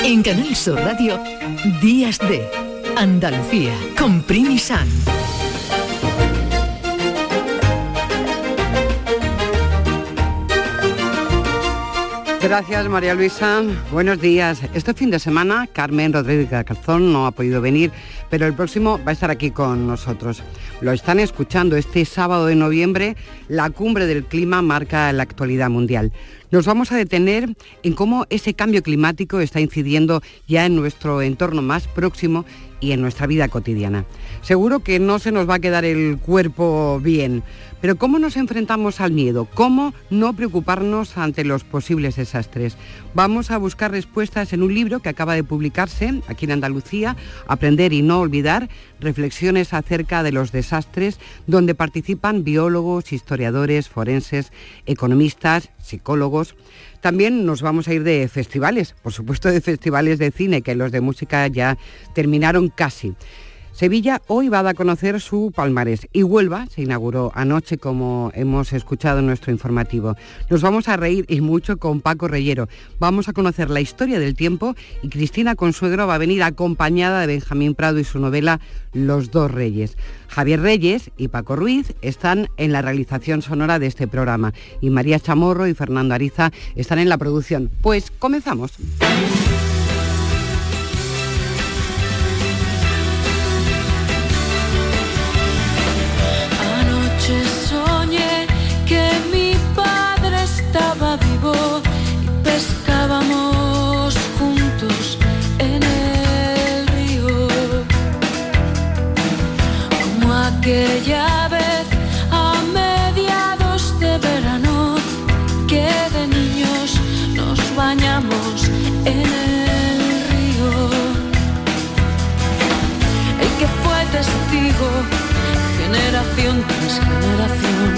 En Canal Sur Radio, Días de Andalucía, con Primi Sanz. Gracias, María Luisa. Buenos días. Este fin de semana Carmen Rodríguez Garzón no ha podido venir, pero el próximo va a estar aquí con nosotros. Lo están escuchando este sábado de noviembre. La cumbre del clima marca la actualidad mundial. Nos vamos a detener en cómo ese cambio climático está incidiendo ya en nuestro entorno más próximo y en nuestra vida cotidiana. Seguro que no se nos va a quedar el cuerpo bien, pero ¿cómo nos enfrentamos al miedo? ¿Cómo no preocuparnos ante los posibles desastres? Vamos a buscar respuestas en un libro que acaba de publicarse aquí en Andalucía, Aprender y no olvidar, reflexiones acerca de los desastres, donde participan biólogos, historiadores, forenses, economistas, psicólogos. También nos vamos a ir de festivales, por supuesto de festivales de cine, que los de música ya terminaron casi. Sevilla hoy va a dar a conocer su palmarés y Huelva se inauguró anoche, como hemos escuchado en nuestro informativo. Nos vamos a reír y mucho con Paco Reyero. Vamos a conocer la historia del tiempo y Cristina Consuegro va a venir acompañada de Benjamín Prado y su novela Los dos reyes. Javier Reyes y Paco Ruiz están en la realización sonora de este programa y María Chamorro y Fernando Ariza están en la producción. Pues comenzamos. Soñé que mi padre estaba vivo y pescábamos juntos en el río, como aquella vez a mediados de verano que de niños nos bañamos en el río. El que fue testigo generación tras generación,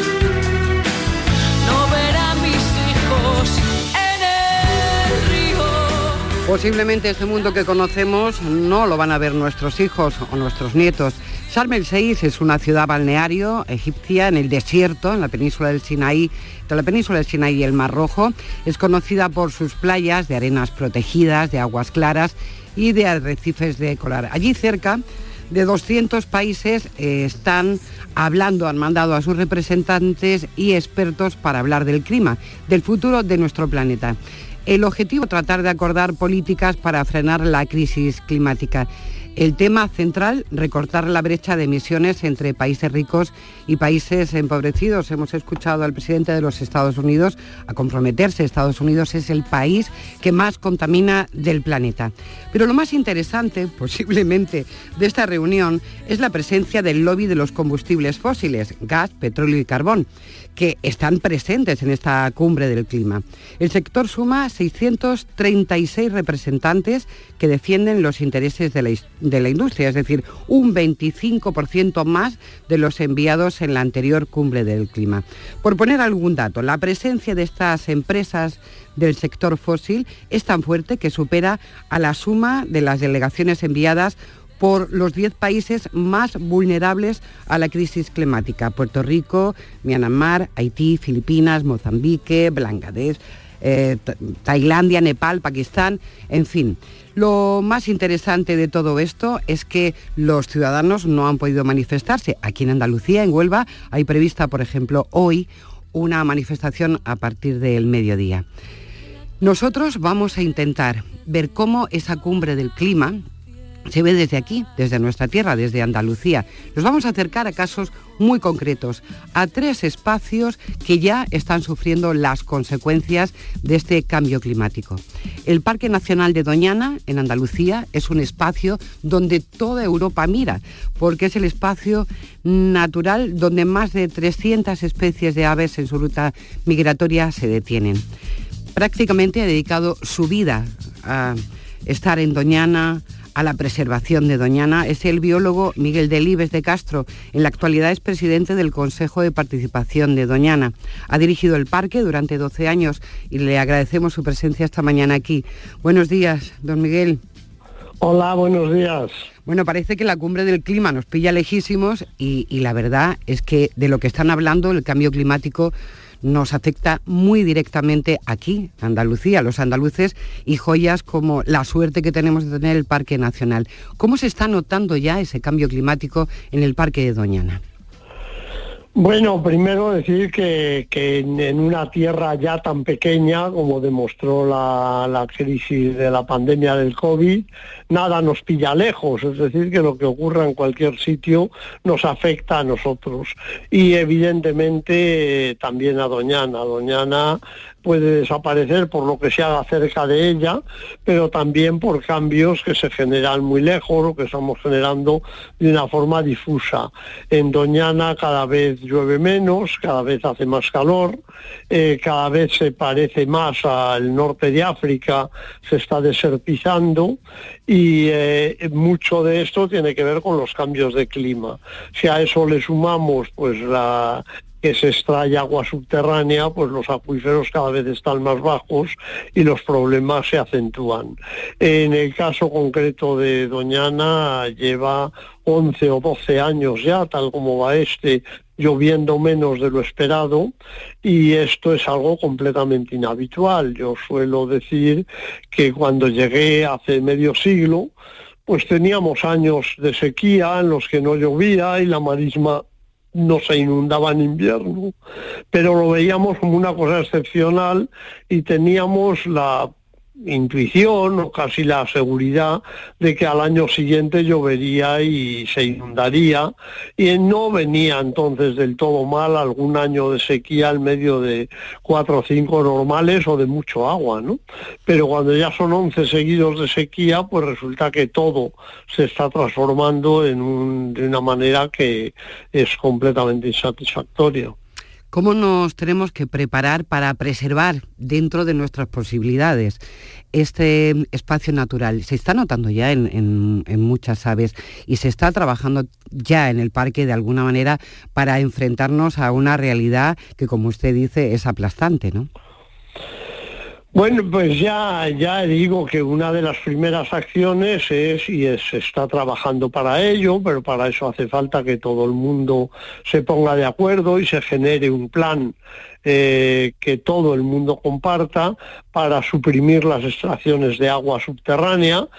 no verá a mis hijos en el río. Posiblemente este mundo que conocemos no lo van a ver nuestros hijos o nuestros nietos. Sharm el Sheikh es una ciudad balneario egipcia en el desierto, en la península del Sinaí, entre la península del Sinaí y el Mar Rojo. Es conocida por sus playas de arenas protegidas, de aguas claras y de arrecifes de coral. Allí cerca de 200 países están hablando, han mandado a sus representantes y expertos para hablar del clima, del futuro de nuestro planeta. El objetivo es tratar de acordar políticas para frenar la crisis climática. El tema central, recortar la brecha de emisiones entre países ricos y países empobrecidos. Hemos escuchado al presidente de los Estados Unidos a comprometerse. Estados Unidos es el país que más contamina del planeta. Pero lo más interesante, posiblemente, de esta reunión es la presencia del lobby de los combustibles fósiles, gas, petróleo y carbón, que están presentes en esta cumbre del clima. El sector suma 636 representantes que defienden los intereses de la industria, es decir, un 25% más de los enviados en la anterior cumbre del clima. Por poner algún dato, la presencia de estas empresas del sector fósil es tan fuerte que supera a la suma de las delegaciones enviadas por los 10 países más vulnerables a la crisis climática: Puerto Rico, Myanmar, Haití, Filipinas, Mozambique, Bangladesh, Tailandia, Nepal, Pakistán, en fin. Lo más interesante de todo esto es que los ciudadanos no han podido manifestarse. Aquí en Andalucía, en Huelva, hay prevista, por ejemplo, hoy una manifestación a partir del mediodía. Nosotros vamos a intentar ver cómo esa cumbre del clima se ve desde aquí, desde nuestra tierra, desde Andalucía. Nos vamos a acercar a casos muy concretos, a 3 espacios que ya están sufriendo las consecuencias de este cambio climático. El Parque Nacional de Doñana, en Andalucía, es un espacio donde toda Europa mira, porque es el espacio natural donde más de 300 especies de aves en su ruta migratoria se detienen. Prácticamente ha dedicado su vida a estar en Doñana, a la preservación de Doñana, es el biólogo Miguel Delibes de Castro. En la actualidad es presidente del Consejo de Participación de Doñana. Ha dirigido el parque durante 12 años y le agradecemos su presencia esta mañana aquí. Buenos días, don Miguel. Hola, buenos días. Bueno, parece que la cumbre del clima nos pilla lejísimos y la verdad es que de lo que están hablando, el cambio climático, nos afecta muy directamente aquí, Andalucía, los andaluces, y joyas como la suerte que tenemos de tener el Parque Nacional. ¿Cómo se está notando ya ese cambio climático en el Parque de Doñana? Bueno, primero decir que en una tierra ya tan pequeña, como demostró la crisis de la pandemia del COVID, nada nos pilla lejos, es decir, que lo que ocurra en cualquier sitio nos afecta a nosotros. Y evidentemente también a Doñana. Doñana puede desaparecer por lo que se haga cerca de ella, pero también por cambios que se generan muy lejos o que estamos generando de una forma difusa. En Doñana cada vez llueve menos, cada vez hace más calor, cada vez se parece más al norte de África, se está desertizando y mucho de esto tiene que ver con los cambios de clima. Si a eso le sumamos pues que se extrae agua subterránea, pues los acuíferos cada vez están más bajos y los problemas se acentúan. En el caso concreto de Doñana lleva 11 o 12 años ya, tal como va lloviendo menos de lo esperado, y esto es algo completamente inhabitual. Yo suelo decir que cuando llegué hace medio siglo, pues teníamos años de sequía en los que no llovía y la marisma no se inundaba en invierno, pero lo veíamos como una cosa excepcional y teníamos la intuición o casi la seguridad de que al año siguiente llovería y se inundaría, y no venía entonces del todo mal algún año de sequía en medio de 4 o 5 normales o de mucho agua, ¿no? Pero cuando ya son 11 seguidos de sequía, pues resulta que todo se está transformando de una manera que es completamente insatisfactoria. ¿Cómo nos tenemos que preparar para preservar dentro de nuestras posibilidades este espacio natural? Se está notando ya en muchas aves y se está trabajando ya en el parque de alguna manera para enfrentarnos a una realidad que, como usted dice, es aplastante, ¿no? Bueno, pues ya digo que una de las primeras acciones se está trabajando para ello, pero para eso hace falta que todo el mundo se ponga de acuerdo y se genere un plan que todo el mundo comparta para suprimir las extracciones de agua subterránea,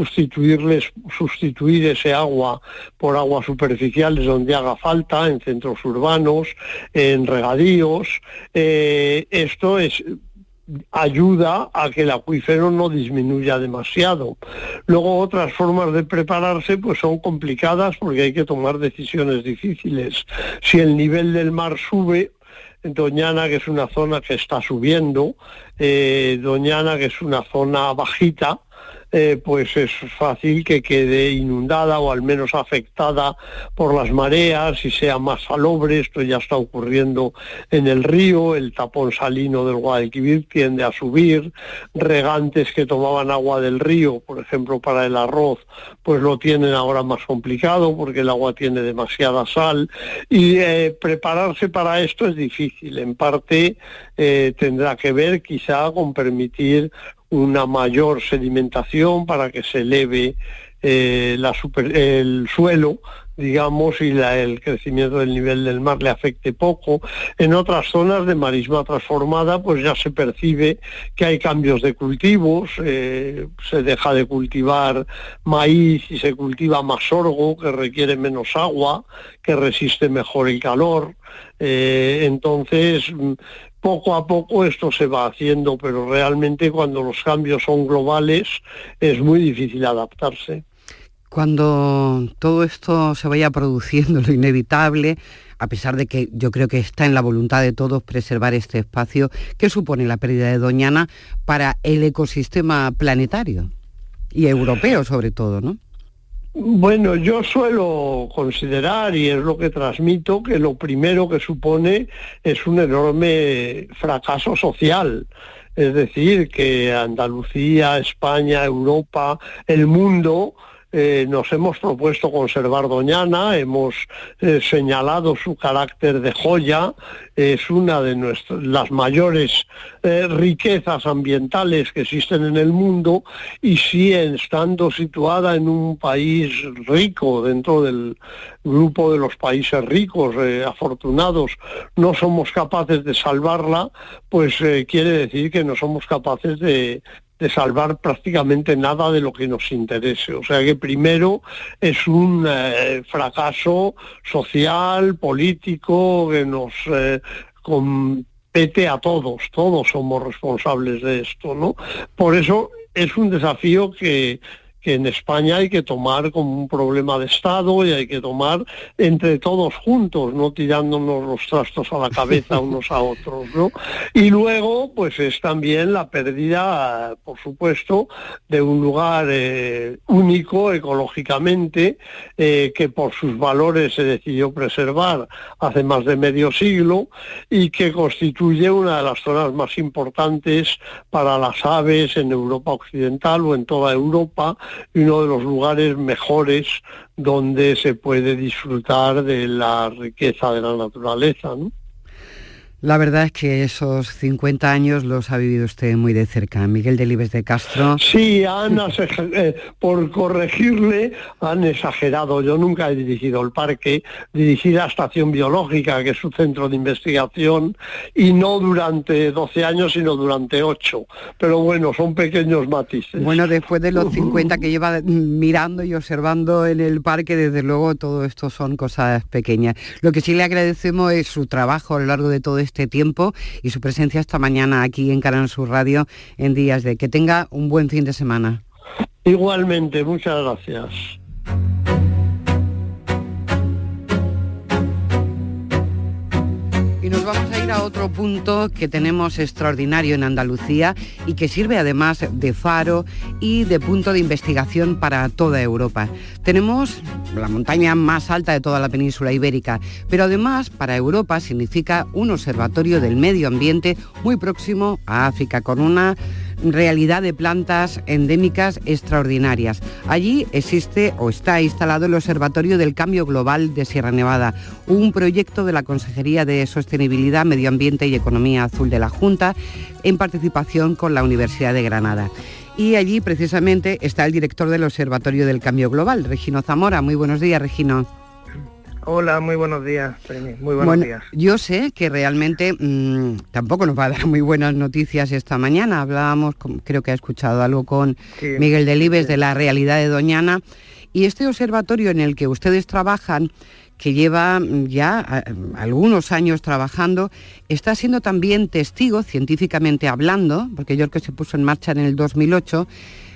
sustituir ese agua por aguas superficiales donde haga falta, en centros urbanos, en regadíos. Esto ayuda a que el acuífero no disminuya demasiado. Luego otras formas de prepararse pues son complicadas porque hay que tomar decisiones difíciles. Si el nivel del mar sube, Doñana, que es una zona que está subiendo, Doñana, que es una zona bajita, pues es fácil que quede inundada o al menos afectada por las mareas y sea más salobre. Esto ya está ocurriendo en el río, el tapón salino del Guadalquivir tiende a subir, regantes que tomaban agua del río, por ejemplo para el arroz, pues lo tienen ahora más complicado porque el agua tiene demasiada sal y prepararse para esto es difícil. En parte tendrá que ver quizá con permitir una mayor sedimentación para que se eleve el suelo, digamos, y el crecimiento del nivel del mar le afecte poco. En otras zonas de marisma transformada pues ya se percibe que hay cambios de cultivos, se deja de cultivar maíz y se cultiva más sorgo, que requiere menos agua, que resiste mejor el calor. Entonces poco a poco esto se va haciendo, pero realmente cuando los cambios son globales es muy difícil adaptarse. Cuando todo esto se vaya produciendo, lo inevitable, a pesar de que yo creo que está en la voluntad de todos preservar este espacio, ¿qué supone la pérdida de Doñana para el ecosistema planetario y europeo sobre todo, ¿no? Bueno, yo suelo considerar, y es lo que transmito, que lo primero que supone es un enorme fracaso social. Es decir, que Andalucía, España, Europa, el mundo nos hemos propuesto conservar Doñana, hemos señalado su carácter de joya, es una de las mayores riquezas ambientales que existen en el mundo, y sí, estando situada en un país rico, dentro del grupo de los países ricos, afortunados, no somos capaces de salvarla, pues quiere decir que no somos capaces de salvar prácticamente nada de lo que nos interese. O sea que primero es un fracaso social, político, que nos compete a todos somos responsables de esto, ¿no? Por eso es un desafío que en España hay que tomar como un problema de Estado, y hay que tomar entre todos juntos, no tirándonos los trastos a la cabeza unos a otros, ¿no? Y luego, pues es también la pérdida, por supuesto, de un lugar único ecológicamente, que por sus valores se decidió preservar hace más de medio siglo, y que constituye una de las zonas más importantes para las aves en Europa occidental o en toda Europa, y uno de los lugares mejores donde se puede disfrutar de la riqueza de la naturaleza, ¿no? La verdad es que esos 50 años los ha vivido usted muy de cerca. Miguel Delibes de Castro. Sí, por corregirle, han exagerado. Yo nunca he dirigido el parque, dirigí la estación biológica, que es su centro de investigación, y no durante 12 años, sino durante 8. Pero bueno, son pequeños matices. Bueno, después de los 50 que lleva mirando y observando en el parque, desde luego todo esto son cosas pequeñas. Lo que sí le agradecemos es su trabajo a lo largo de todo este tiempo y su presencia esta mañana aquí en Canal Sur Radio en Días de. Que tenga un buen fin de semana. Igualmente, muchas gracias. Y nos vamos a ir a otro punto que tenemos extraordinario en Andalucía y que sirve además de faro y de punto de investigación para toda Europa. Tenemos la montaña más alta de toda la península ibérica, pero además para Europa significa un observatorio del medio ambiente muy próximo a África, con una realidad de plantas endémicas extraordinarias. Allí existe o está instalado el Observatorio del Cambio Global de Sierra Nevada, un proyecto de la Consejería de Sostenibilidad, Medio Ambiente y Economía Azul de la Junta, en participación con la Universidad de Granada. Y allí precisamente está el director del Observatorio del Cambio Global, Regino Zamora. Muy buenos días, Regino. Hola, muy buenos días, Premi. Muy buenos días. Yo sé que realmente tampoco nos va a dar muy buenas noticias esta mañana. Hablábamos, creo que ha escuchado algo con Miguel Delibes de la realidad de Doñana. Y este observatorio en el que ustedes trabajan, que lleva ya algunos años trabajando, está siendo también testigo, científicamente hablando, porque yo creo que se puso en marcha en el 2008,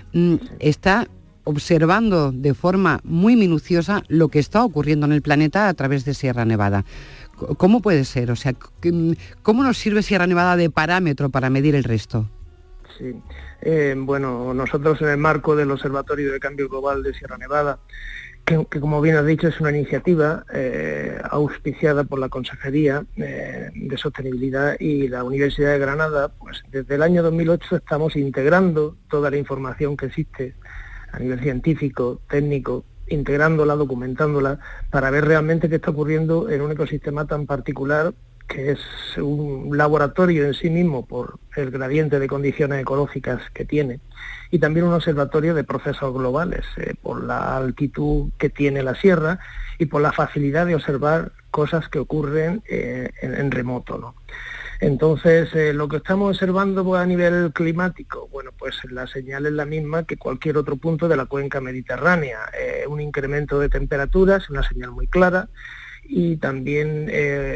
está observando de forma muy minuciosa lo que está ocurriendo en el planeta a través de Sierra Nevada. ¿Cómo puede ser? O sea, ¿cómo nos sirve Sierra Nevada de parámetro para medir el resto? Sí, bueno, nosotros en el marco del Observatorio de Cambio Global de Sierra Nevada, que como bien has dicho es una iniciativa auspiciada por la Consejería de Sostenibilidad y la Universidad de Granada, pues desde el año 2008 estamos integrando toda la información que existe a nivel científico, técnico, integrándola, documentándola, para ver realmente qué está ocurriendo en un ecosistema tan particular, que es un laboratorio en sí mismo por el gradiente de condiciones ecológicas que tiene, y también un observatorio de procesos globales, por la altitud que tiene la sierra y por la facilidad de observar cosas que ocurren en remoto, ¿no? Entonces, lo que estamos observando pues, a nivel climático, bueno, pues la señal es la misma que cualquier otro punto de la cuenca mediterránea. Un incremento de temperaturas, una señal muy clara, y también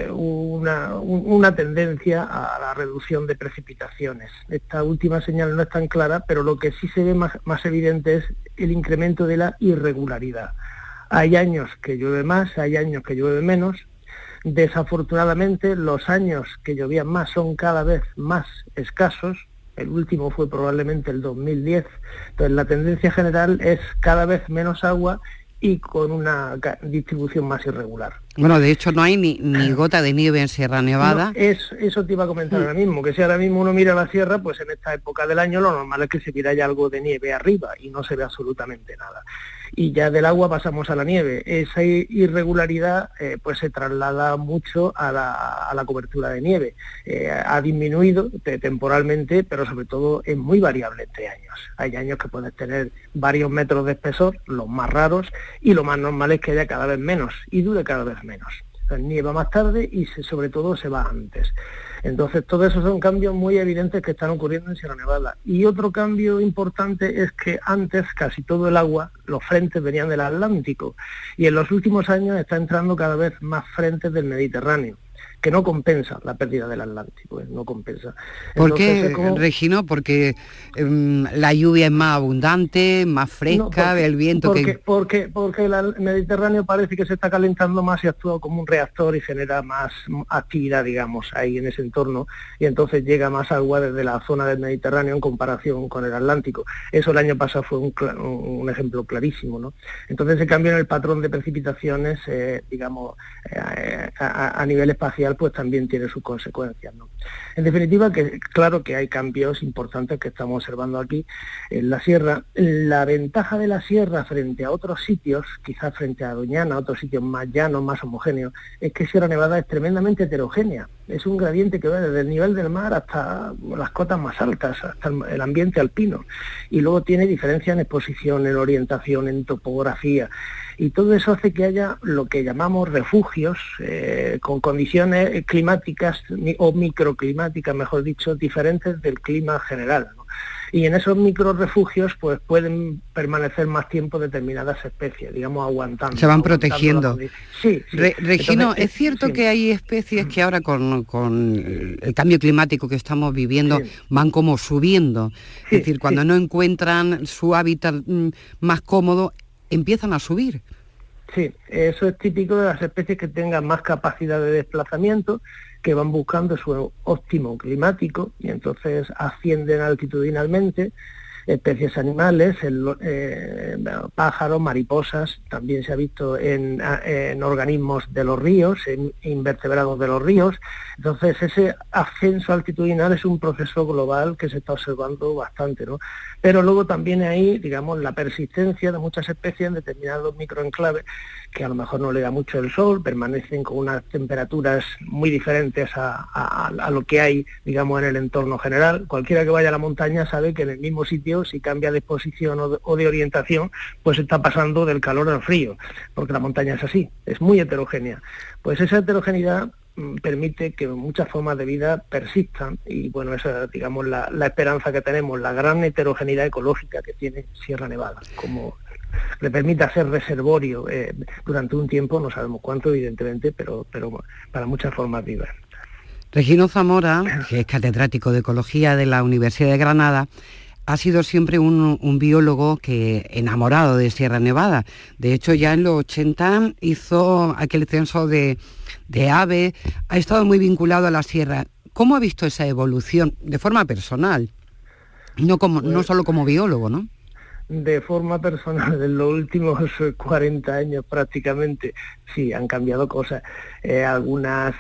una tendencia a la reducción de precipitaciones. Esta última señal no es tan clara, pero lo que sí se ve más evidente es el incremento de la irregularidad. Hay años que llueve más, hay años que llueve menos. Desafortunadamente, los años que llovían más son cada vez más escasos. El último fue probablemente el 2010. Entonces, la tendencia general es cada vez menos agua y con una distribución más irregular. Bueno, de hecho no hay ni gota de nieve en Sierra Nevada. No, eso te iba a comentar ahora mismo, que si ahora mismo uno mira la sierra, pues en esta época del año lo normal es que se viera ya algo de nieve arriba y no se ve absolutamente nada. y ya del agua pasamos a la nieve. Esa irregularidad pues se traslada mucho a la cobertura de nieve. Ha disminuido temporalmente, pero sobre todo es muy variable entre años. Hay años que puedes tener varios metros de espesor, los más raros, y lo más normal es que haya cada vez menos y dure cada vez menos. Entonces, nieva más tarde y sobre todo se va antes. Entonces, todo eso son cambios muy evidentes que están ocurriendo en Sierra Nevada. Y otro cambio importante es que antes casi todo el agua, los frentes venían del Atlántico, y en los últimos años está entrando cada vez más frentes del Mediterráneo, que no compensa la pérdida del Atlántico, no compensa. ¿Por qué, Regino? Porque la lluvia es más abundante, más fresca, el viento porque el Mediterráneo parece que se está calentando más y actúa como un reactor y genera más actividad, digamos, ahí en ese entorno, y entonces llega más agua desde la zona del Mediterráneo en comparación con el Atlántico. Eso el año pasado fue un ejemplo clarísimo, ¿no? Entonces ese cambio en el patrón de precipitaciones, digamos, a nivel espacial, pues también tiene sus consecuencias, ¿no? En definitiva, que claro que hay cambios importantes que estamos observando aquí en la sierra. La ventaja de la sierra frente a otros sitios, quizás frente a Doñana, otros sitios más llanos, más homogéneos, es que Sierra Nevada es tremendamente heterogénea. Es un gradiente que va desde el nivel del mar hasta las cotas más altas, hasta el ambiente alpino. Y luego tiene diferencias en exposición, en orientación, en topografía. Y todo eso hace que haya lo que llamamos refugios, con condiciones climáticas o microclimáticas, mejor dicho, diferentes del clima general, ¿no? Y en esos microrefugios pues pueden permanecer más tiempo determinadas especies, digamos, aguantando. Se van protegiendo. Sí. Regino, entonces, ¿es cierto sí, que hay especies que ahora con el cambio climático que estamos viviendo van como subiendo? Es decir, cuando no encuentran su hábitat más cómodo, empiezan a subir. Sí, eso es típico de las especies que tengan más capacidad de desplazamiento, que van buscando su óptimo climático y entonces ascienden altitudinalmente. Especies animales, pájaros, mariposas, también se ha visto en organismos de los ríos, en invertebrados de los ríos. Entonces ese ascenso altitudinal es un proceso global que se está observando bastante, ¿no? Pero luego también hay, digamos, la persistencia de muchas especies en determinados microenclaves que a lo mejor no le da mucho el sol, permanecen con unas temperaturas muy diferentes a lo que hay, digamos, en el entorno general. Cualquiera que vaya a la montaña sabe que en el mismo sitio, si cambia de exposición o de orientación, pues está pasando del calor al frío, porque la montaña es así, es muy heterogénea. Pues esa heterogeneidad permite que muchas formas de vida persistan y bueno, esa, digamos, la esperanza que tenemos, la gran heterogeneidad ecológica que tiene Sierra Nevada, como le permite ser reservorio durante un tiempo, no sabemos cuánto evidentemente, pero para muchas formas vivas. Regino Zamora, que es catedrático de Ecología de la Universidad de Granada, ha sido siempre un biólogo que enamorado de Sierra Nevada. De hecho, ya en los 80 hizo aquel censo de aves, ha estado muy vinculado a la sierra. ¿Cómo ha visto esa evolución de forma personal? No solo como biólogo, ¿no? De forma personal, en los últimos 40 años prácticamente, sí, han cambiado cosas. Algunas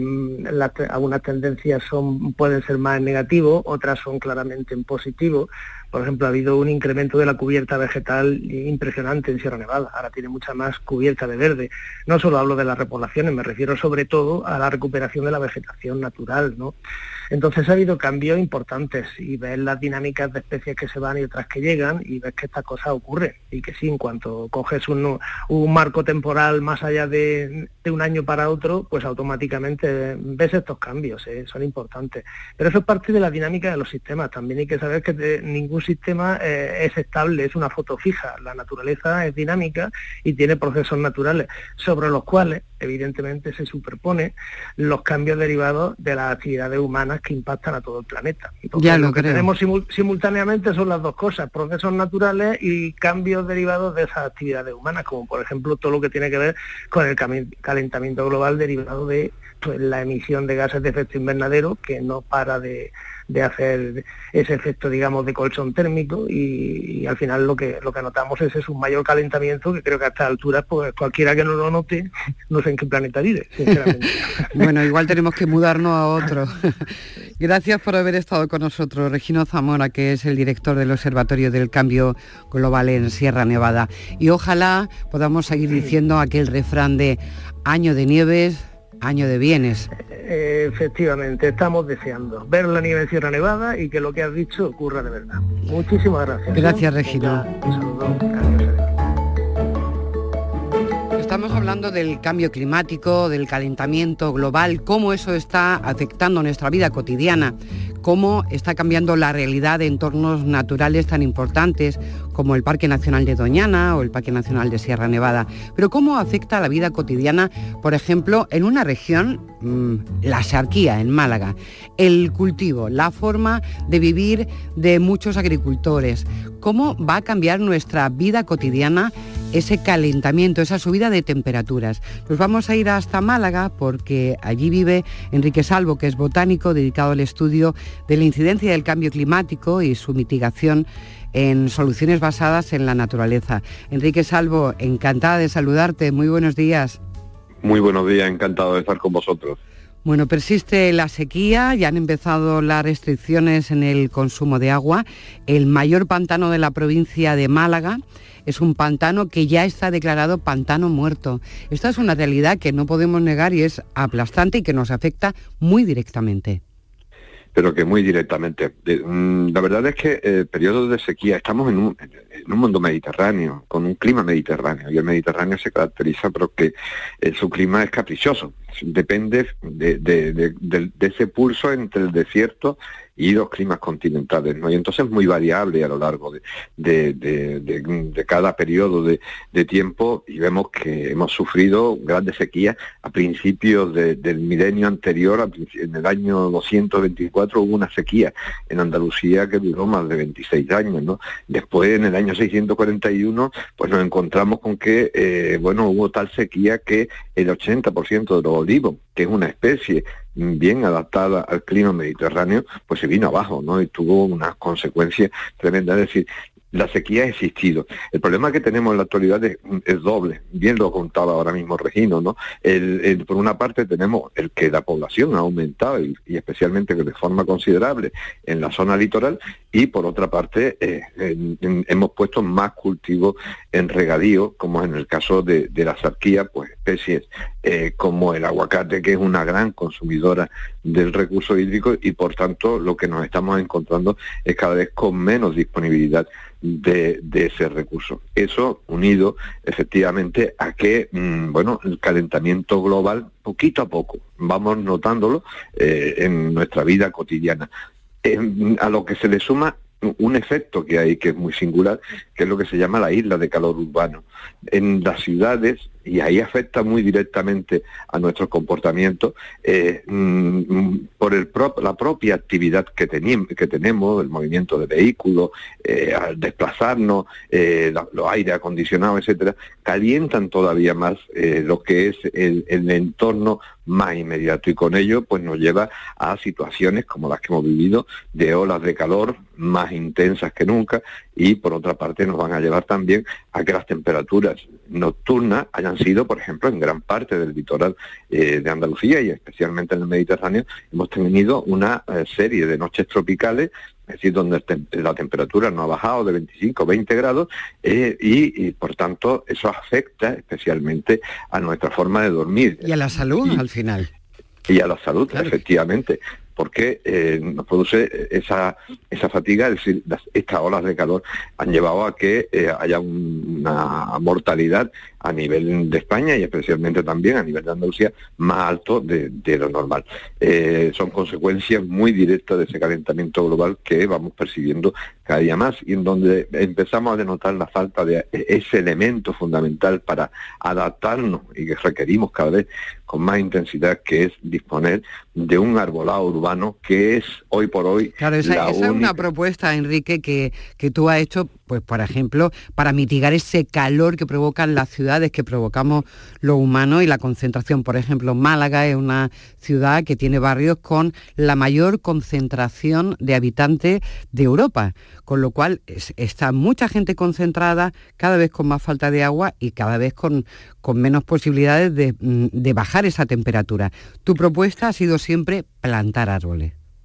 tendencias pueden ser más en negativo, otras son claramente en positivo. Por ejemplo, ha habido un incremento de la cubierta vegetal impresionante en Sierra Nevada. Ahora tiene mucha más cubierta de verde. No solo hablo de las repoblaciones, me refiero sobre todo a la recuperación de la vegetación natural, ¿no? Entonces ha habido cambios importantes y ves las dinámicas de especies que se van y otras que llegan y ves que estas cosas ocurren y que sí, en cuanto coges un marco temporal más allá de un año para otro, pues automáticamente ves estos cambios, son importantes. Pero eso es parte de la dinámica de los sistemas. También hay que saber que ningún sistema es estable, es una foto fija. La naturaleza es dinámica y tiene procesos naturales sobre los cuales evidentemente se superponen los cambios derivados de las actividades humanas que impactan a todo el planeta. Entonces, lo que tenemos simultáneamente son las dos cosas, procesos naturales y cambios derivados de esas actividades humanas, como por ejemplo todo lo que tiene que ver con el calentamiento global derivado de la emisión de gases de efecto invernadero, que no para de hacer ese efecto, digamos, de colchón térmico y al final lo que notamos es un mayor calentamiento que creo que a estas alturas pues cualquiera que no lo note no sé en qué planeta vive, sinceramente. Bueno, igual tenemos que mudarnos a otro. Gracias por haber estado con nosotros, Regino Zamora, que es el director del Observatorio del Cambio Global en Sierra Nevada. Y ojalá podamos seguir diciendo aquel refrán de año de nieves, año de bienes. Efectivamente, estamos deseando ver la nieve en Sierra Nevada y que lo que has dicho ocurra de verdad. Muchísimas gracias. Gracias, Regino. Un saludo. Adiós. Estamos hablando del cambio climático, del calentamiento global, cómo eso está afectando nuestra vida cotidiana, cómo está cambiando la realidad de entornos naturales tan importantes como el Parque Nacional de Doñana o el Parque Nacional de Sierra Nevada. Pero cómo afecta a la vida cotidiana, por ejemplo, en una región, la Axarquía, en Málaga, el cultivo, la forma de vivir de muchos agricultores, cómo va a cambiar nuestra vida cotidiana ese calentamiento, esa subida de temperaturas. Nos vamos a ir hasta Málaga porque allí vive Enrique Salvo, que es botánico dedicado al estudio de la incidencia del cambio climático y su mitigación en soluciones basadas en la naturaleza. Enrique Salvo, encantada de saludarte, muy buenos días. Muy buenos días, encantado de estar con vosotros. Bueno, persiste la sequía, ya han empezado las restricciones en el consumo de agua. El mayor pantano de la provincia de Málaga es un pantano que ya está declarado pantano muerto. Esta es una realidad que no podemos negar y es aplastante y que nos afecta muy directamente. Pero que muy directamente. La verdad es que periodos de sequía, estamos en un mundo mediterráneo, con un clima mediterráneo, y el Mediterráneo se caracteriza porque su clima es caprichoso, depende de ese pulso entre el desierto y los climas continentales, ¿no? Y entonces es muy variable a lo largo de cada periodo de tiempo, y vemos que hemos sufrido grandes sequías a principios del milenio anterior. En el año 224 hubo una sequía en Andalucía que duró más de 26 años, ¿no? Después, en el año 641, pues nos encontramos con que, hubo tal sequía que el 80% de los olivos, que es una especie bien adaptada al clima mediterráneo, pues se vino abajo, ¿no? Y tuvo unas consecuencias tremendas. Es decir, la sequía ha existido. El problema que tenemos en la actualidad es doble. Bien lo contaba ahora mismo Regino, ¿no? Por una parte tenemos el que la población ha aumentado y especialmente de forma considerable en la zona litoral, y por otra parte hemos puesto más cultivos en regadío, como en el caso de la Axarquía, pues especies como el aguacate, que es una gran consumidora del recurso hídrico, y por tanto lo que nos estamos encontrando es cada vez con menos disponibilidad de ese recurso. Eso unido efectivamente a que el calentamiento global, poquito a poco vamos notándolo en nuestra vida cotidiana, a lo que se le suma un efecto que hay que es muy singular, que es lo que se llama la isla de calor urbano. En las ciudades, y ahí afecta muy directamente a nuestros comportamientos, por la propia actividad que tenemos, el movimiento de vehículos, al desplazarnos, los aire acondicionados, etcétera, calientan todavía más lo que es el entorno más inmediato, y con ello pues nos lleva a situaciones como las que hemos vivido, de olas de calor más intensas que nunca, y por otra parte nos van a llevar también a que las temperaturas nocturnas hayan sido, por ejemplo, en gran parte del litoral de Andalucía y especialmente en el Mediterráneo, hemos tenido una serie de noches tropicales, es decir, donde la temperatura no ha bajado de 25 o 20 grados, y por tanto eso afecta especialmente a nuestra forma de dormir. Y a la salud, al final. Y a la salud, claro. Efectivamente, porque nos produce esa fatiga. Es decir, estas olas de calor han llevado a que haya una mortalidad a nivel de España y especialmente también a nivel de Andalucía más alto de lo normal. Son consecuencias muy directas de ese calentamiento global que vamos percibiendo cada día más, y en donde empezamos a denotar la falta de ese elemento fundamental para adaptarnos y que requerimos cada vez con más intensidad, que es disponer de un arbolado urbano, que es hoy por hoy... Claro, esa es una propuesta, Enrique, que tú has hecho, pues por ejemplo, para mitigar ese calor que provocan las ciudades, que provocamos lo humano, y la concentración. Por ejemplo, Málaga es una ciudad que tiene barrios con la mayor concentración de habitantes de Europa, con lo cual está mucha gente concentrada, cada vez con más falta de agua y cada vez con menos posibilidades de bajar esa temperatura. Tu propuesta ha sido siempre plantar árboles.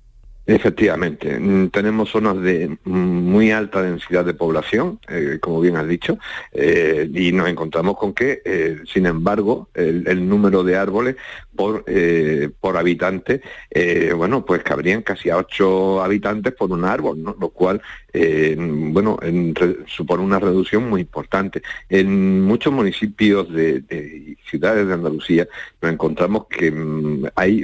Efectivamente, tenemos zonas de muy alta densidad de población, como bien has dicho, y nos encontramos con que, sin embargo, el número de árboles por habitante, pues cabrían casi a 8 habitantes por un árbol, ¿no? Lo cual, supone una reducción muy importante. En muchos municipios de ciudades de Andalucía nos encontramos que hay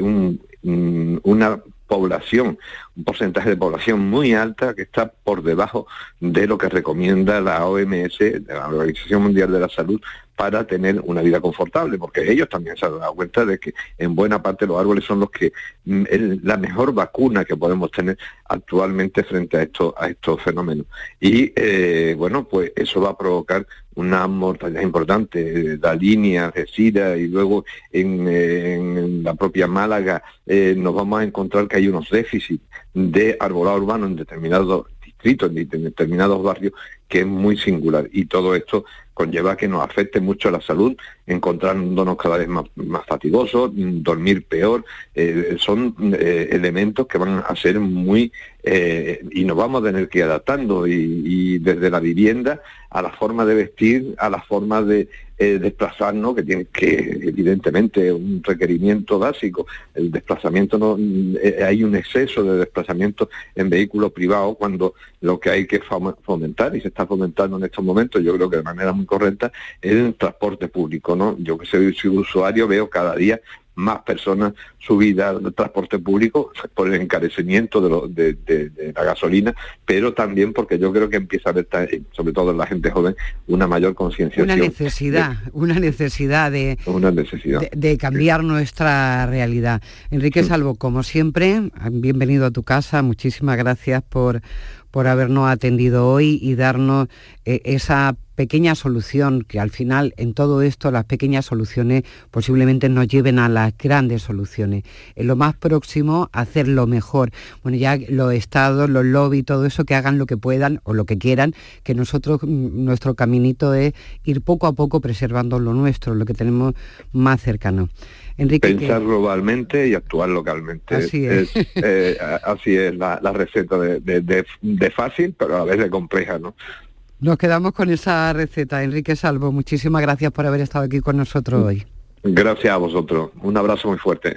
una población, un porcentaje de población muy alta que está por debajo de lo que recomienda la OMS, la Organización Mundial de la Salud, para tener una vida confortable, porque ellos también se han dado cuenta de que en buena parte los árboles son los que la mejor vacuna que podemos tener actualmente frente a estos fenómenos. Y pues eso va a provocar una mortalidad importante. La línea de Sira y luego en la propia Málaga nos vamos a encontrar que hay unos déficits de arbolado urbano en determinados distritos, en determinados barrios, que es muy singular, y todo esto conlleva que nos afecte mucho a la salud, encontrándonos cada vez más fatigosos, dormir peor, son elementos que van a ser muy y nos vamos a tener que ir adaptando, y desde la vivienda a la forma de vestir, a la forma de desplazarnos, que tiene que, evidentemente, un requerimiento básico. El desplazamiento hay un exceso de desplazamiento en vehículos privados, cuando lo que hay que fomentar, y se está fomentando en estos momentos, yo creo que de manera muy correcta, es el transporte público, ¿no? Yo que soy usuario, veo cada día más personas subidas al transporte público por el encarecimiento de la gasolina, pero también porque yo creo que empieza a haber, sobre todo en la gente joven, una mayor concienciación. Una necesidad de cambiar nuestra realidad. Enrique Salvo, como siempre, bienvenido a tu casa, muchísimas gracias por habernos atendido hoy y darnos esa pequeña solución, que al final en todo esto las pequeñas soluciones posiblemente nos lleven a las grandes soluciones. En lo más próximo, hacer lo mejor. Bueno, ya los estados, los lobbies, todo eso, que hagan lo que puedan o lo que quieran, que nosotros, nuestro caminito es ir poco a poco preservando lo nuestro, lo que tenemos más cercano. Enrique, pensar globalmente y actuar localmente. Así es. Así es la receta de fácil, pero a la vez de compleja, ¿no? Nos quedamos con esa receta. Enrique Salvo, muchísimas gracias por haber estado aquí con nosotros hoy. Gracias a vosotros. Un abrazo muy fuerte.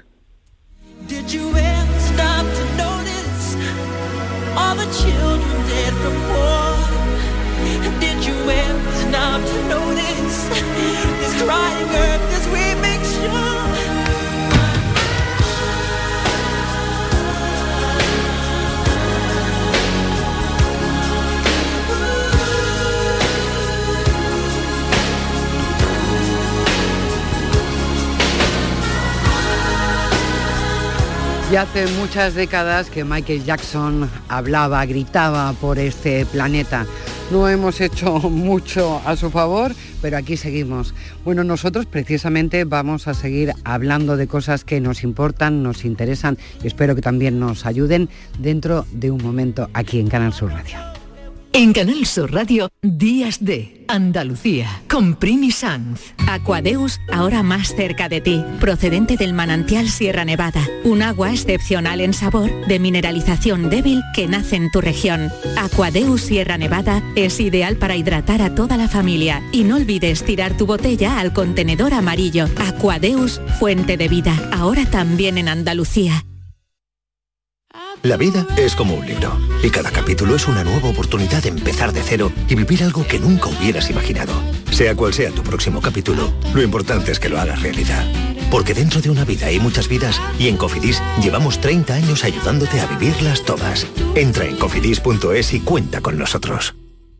Ya hace muchas décadas que Michael Jackson hablaba, gritaba por este planeta. No hemos hecho mucho a su favor, pero aquí seguimos. Bueno, nosotros precisamente vamos a seguir hablando de cosas que nos importan, nos interesan y espero que también nos ayuden dentro de un momento aquí en Canal Sur Radio. En Canal Sur Radio, Días de Andalucía, con Primi Sanz. Aquadeus, ahora más cerca de ti, procedente del manantial Sierra Nevada. Un agua excepcional en sabor, de mineralización débil que nace en tu región. Aquadeus Sierra Nevada es ideal para hidratar a toda la familia. Y no olvides tirar tu botella al contenedor amarillo. Aquadeus, fuente de vida, ahora también en Andalucía. La vida es como un libro, y cada capítulo es una nueva oportunidad de empezar de cero y vivir algo que nunca hubieras imaginado. Sea cual sea tu próximo capítulo, lo importante es que lo hagas realidad. Porque dentro de una vida hay muchas vidas, y en Cofidis llevamos 30 años ayudándote a vivirlas todas. Entra en cofidis.es y cuenta con nosotros.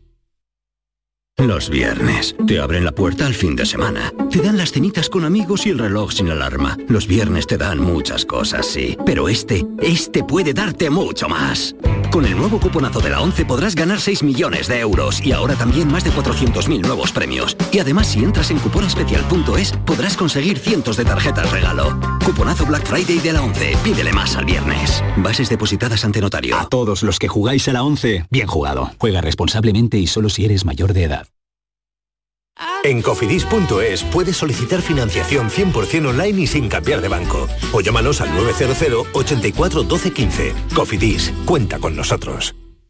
Los viernes. Te abren la puerta al fin de semana. Te dan las cenitas con amigos y el reloj sin alarma. Los viernes te dan muchas cosas, sí. Pero este puede darte mucho más. Con el nuevo cuponazo de la 11 podrás ganar 6 millones de euros y ahora también más de 400.000 nuevos premios. Y además, si entras en cuponespecial.es, podrás conseguir cientos de tarjetas regalo. Cuponazo Black Friday de la 11. Pídele más al viernes. Bases depositadas ante notario. A todos los que jugáis a la 11, bien jugado. Juega responsablemente y solo si eres mayor de edad. En cofidis.es puedes solicitar financiación 100% online y sin cambiar de banco. O llámanos al 900 84 12 15. Cofidis, cuenta con nosotros.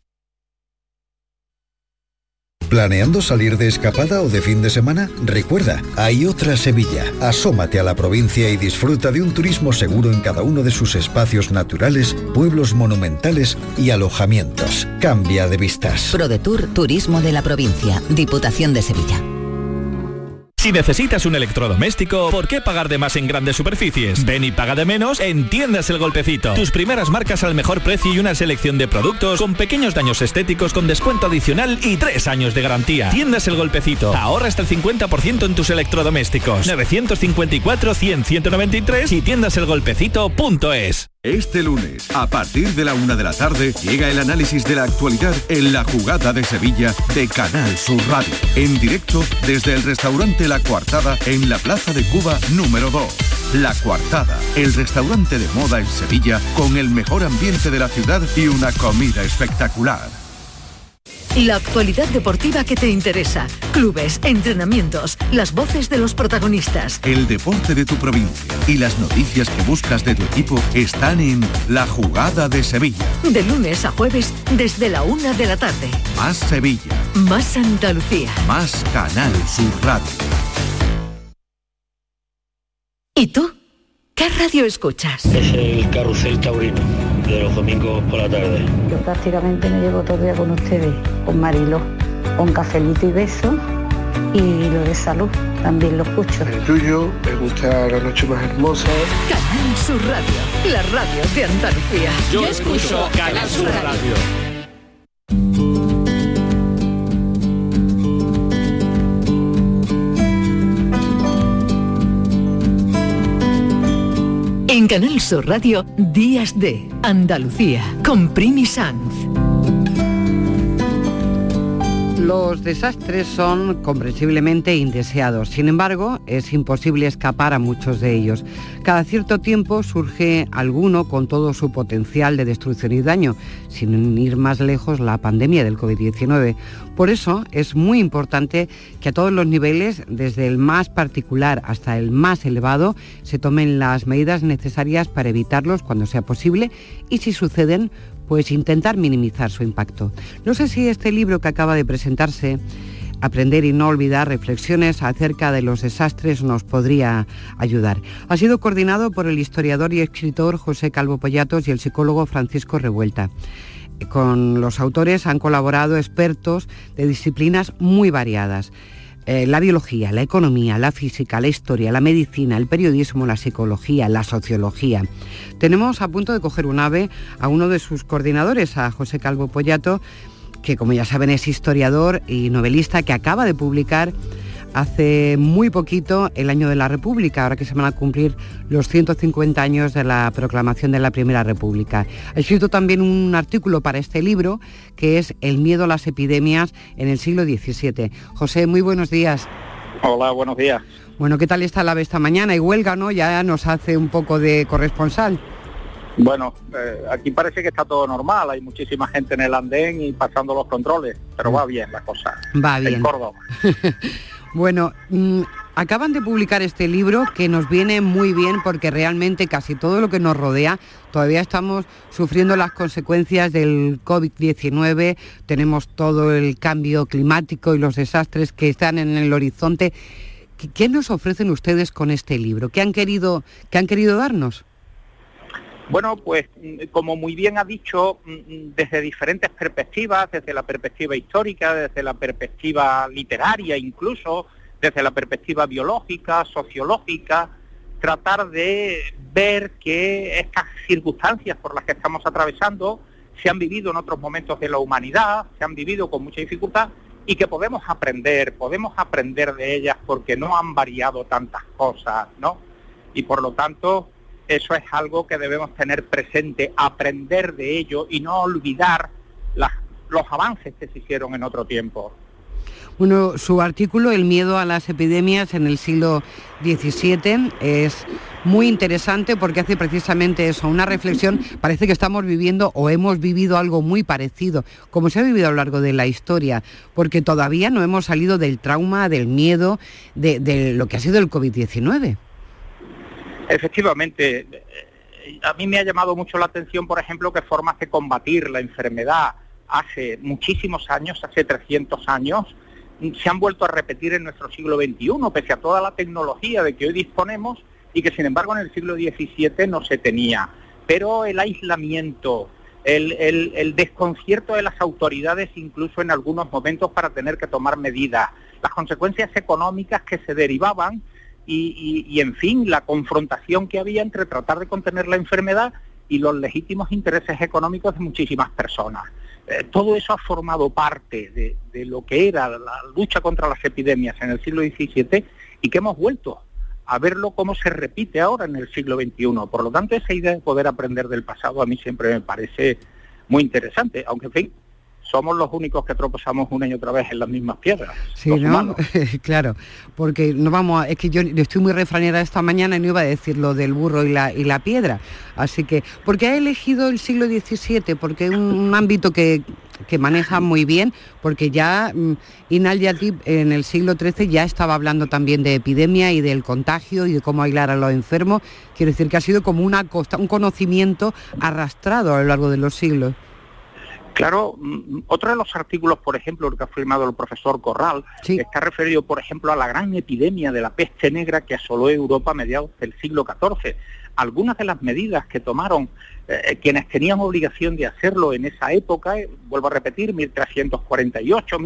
¿Planeando salir de escapada o de fin de semana? Recuerda, hay otra Sevilla. Asómate a la provincia y disfruta de un turismo seguro en cada uno de sus espacios naturales, pueblos monumentales y alojamientos. Cambia de vistas. ProDetour Turismo de la Provincia, Diputación de Sevilla. Si necesitas un electrodoméstico, ¿por qué pagar de más en grandes superficies? Ven y paga de menos en Tiendas El Golpecito. Tus primeras marcas al mejor precio y una selección de productos con pequeños daños estéticos con descuento adicional y 3 años de garantía. Tiendas El Golpecito. Ahorra hasta el 50% en tus electrodomésticos. 954-100-193 y tiendaselgolpecito.es. Este lunes, a partir de la 1 de la tarde, llega el análisis de la actualidad en La Jugada de Sevilla de Canal Sur Radio. En directo desde el restaurante La Coartada en la Plaza de Cuba número 2. La Coartada, el restaurante de moda en Sevilla con el mejor ambiente de la ciudad y una comida espectacular. La actualidad deportiva que te interesa. Clubes, entrenamientos, las voces de los protagonistas. El deporte de tu provincia y las noticias que buscas de tu equipo están en La Jugada de Sevilla. De lunes a jueves desde la 1 de la tarde. Más Sevilla. Más Andalucía. Más Canal Sur Radio. ¿Y tú? ¿Qué radio escuchas? Es el Carrusel Taurino, de los domingos por la tarde. Yo prácticamente me llevo todo el día con ustedes, con Mariló, con cafelito y beso, y lo de salud también lo escucho. El tuyo, me gusta La Noche Más Hermosa. Canal Sur Radio, la radio de Andalucía. Yo escucho Canal Sur Radio. En Canal Sur Radio, Días de Andalucía, con Primi Sanz. Los desastres son comprensiblemente indeseados, sin embargo, es imposible escapar a muchos de ellos. Cada cierto tiempo surge alguno con todo su potencial de destrucción y daño, sin ir más lejos la pandemia del COVID-19. Por eso es muy importante que a todos los niveles, desde el más particular hasta el más elevado, se tomen las medidas necesarias para evitarlos cuando sea posible y si suceden, pues intentar minimizar su impacto. No sé si este libro que acaba de presentarse, Aprender y no olvidar, reflexiones acerca de los desastres, nos podría ayudar. Ha sido coordinado por el historiador y escritor José Calvo Pollatos y el psicólogo Francisco Revuelta. Con los autores han colaborado expertos de disciplinas muy variadas. La biología, la economía, la física, la historia, la medicina, el periodismo, la psicología, la sociología. Tenemos a punto de coger un ave a uno de sus coordinadores, a José Calvo Pollato, que como ya saben es historiador y novelista, que acaba de publicar hace muy poquito El Año de la República, ahora que se van a cumplir los 150 años de la proclamación de la Primera República. Ha escrito también un artículo para este libro, que es El miedo a las epidemias en el siglo XVII. José, muy buenos días. Hola, buenos días. Bueno, ¿qué tal está el AVE esta mañana? Y huelga, ¿no? Ya nos hace un poco de corresponsal. Bueno, aquí parece que está todo normal, hay muchísima gente en el andén y pasando los controles, pero va bien la cosa. Va bien. En Córdoba. Bueno, acaban de publicar este libro que nos viene muy bien porque realmente casi todo lo que nos rodea, todavía estamos sufriendo las consecuencias del COVID-19, tenemos todo el cambio climático y los desastres que están en el horizonte. ¿Qué nos ofrecen ustedes con este libro? ¿Qué han querido darnos? Bueno, pues como muy bien ha dicho, desde diferentes perspectivas, desde la perspectiva histórica, desde la perspectiva literaria incluso, desde la perspectiva biológica, sociológica, tratar de ver que estas circunstancias por las que estamos atravesando se han vivido en otros momentos de la humanidad, se han vivido con mucha dificultad y que podemos aprender de ellas porque no han variado tantas cosas, ¿no? Y por lo tanto, eso es algo que debemos tener presente, aprender de ello y no olvidar los avances que se hicieron en otro tiempo. Bueno, su artículo, El miedo a las epidemias en el siglo XVII, es muy interesante porque hace precisamente eso, una reflexión. Parece que estamos viviendo o hemos vivido algo muy parecido, como se ha vivido a lo largo de la historia, porque todavía no hemos salido del trauma, del miedo, de lo que ha sido el COVID-19. Efectivamente, a mí me ha llamado mucho la atención, por ejemplo, que formas de combatir la enfermedad hace muchísimos años, hace 300 años, se han vuelto a repetir en nuestro siglo XXI, pese a toda la tecnología de que hoy disponemos y que sin embargo en el siglo XVII no se tenía. Pero el aislamiento, el desconcierto de las autoridades incluso en algunos momentos para tener que tomar medidas, las consecuencias económicas que se derivaban y en fin, la confrontación que había entre tratar de contener la enfermedad y los legítimos intereses económicos de muchísimas personas. Todo eso ha formado parte de lo que era la lucha contra las epidemias en el siglo XVII y que hemos vuelto a verlo como se repite ahora en el siglo XXI. Por lo tanto, esa idea de poder aprender del pasado a mí siempre me parece muy interesante, aunque en fin, somos los únicos que tropezamos una y otra vez en las mismas piedras. Sí, ¿no? Claro, porque no vamos a, es que yo estoy muy refranera esta mañana y no iba a decir lo del burro y la piedra. Así que, porque ha elegido el siglo XVII, porque es un ámbito que maneja muy bien, porque ya Inal Yatib en el siglo XIII ya estaba hablando también de epidemia y del contagio y de cómo aislar a los enfermos. Quiero decir que ha sido como un conocimiento arrastrado a lo largo de los siglos. Claro, otro de los artículos, por ejemplo, el que ha firmado el profesor Corral, sí, está referido, por ejemplo, a la gran epidemia de la peste negra que asoló Europa a mediados del siglo XIV. Algunas de las medidas que tomaron quienes tenían obligación de hacerlo en esa época, vuelvo a repetir, 1348,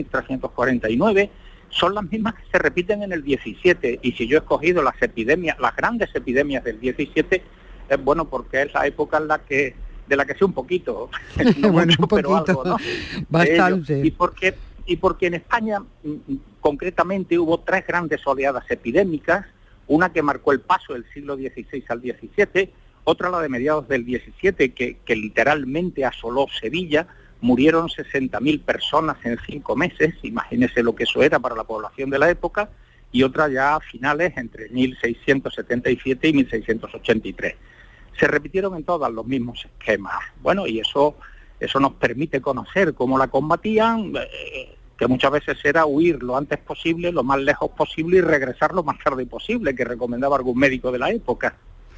1349, son las mismas que se repiten en el XVII. Y si yo he escogido las grandes epidemias del XVII, es bueno porque es la época en de la que sé un poquito, no bueno, mucho, un poquito, pero algo, ¿no? Bastante. Y porque en España, concretamente, hubo 3 grandes oleadas epidémicas, una que marcó el paso del siglo XVI al XVII, otra la de mediados del XVII, que literalmente asoló Sevilla, murieron 60.000 personas en 5 meses, imagínese lo que eso era para la población de la época, y otra ya a finales entre 1677 y 1683. Se repitieron en todas los mismos esquemas. Bueno, y eso nos permite conocer cómo la combatían, que muchas veces era huir lo antes posible, lo más lejos posible y regresar lo más tarde posible, que recomendaba algún médico de la época.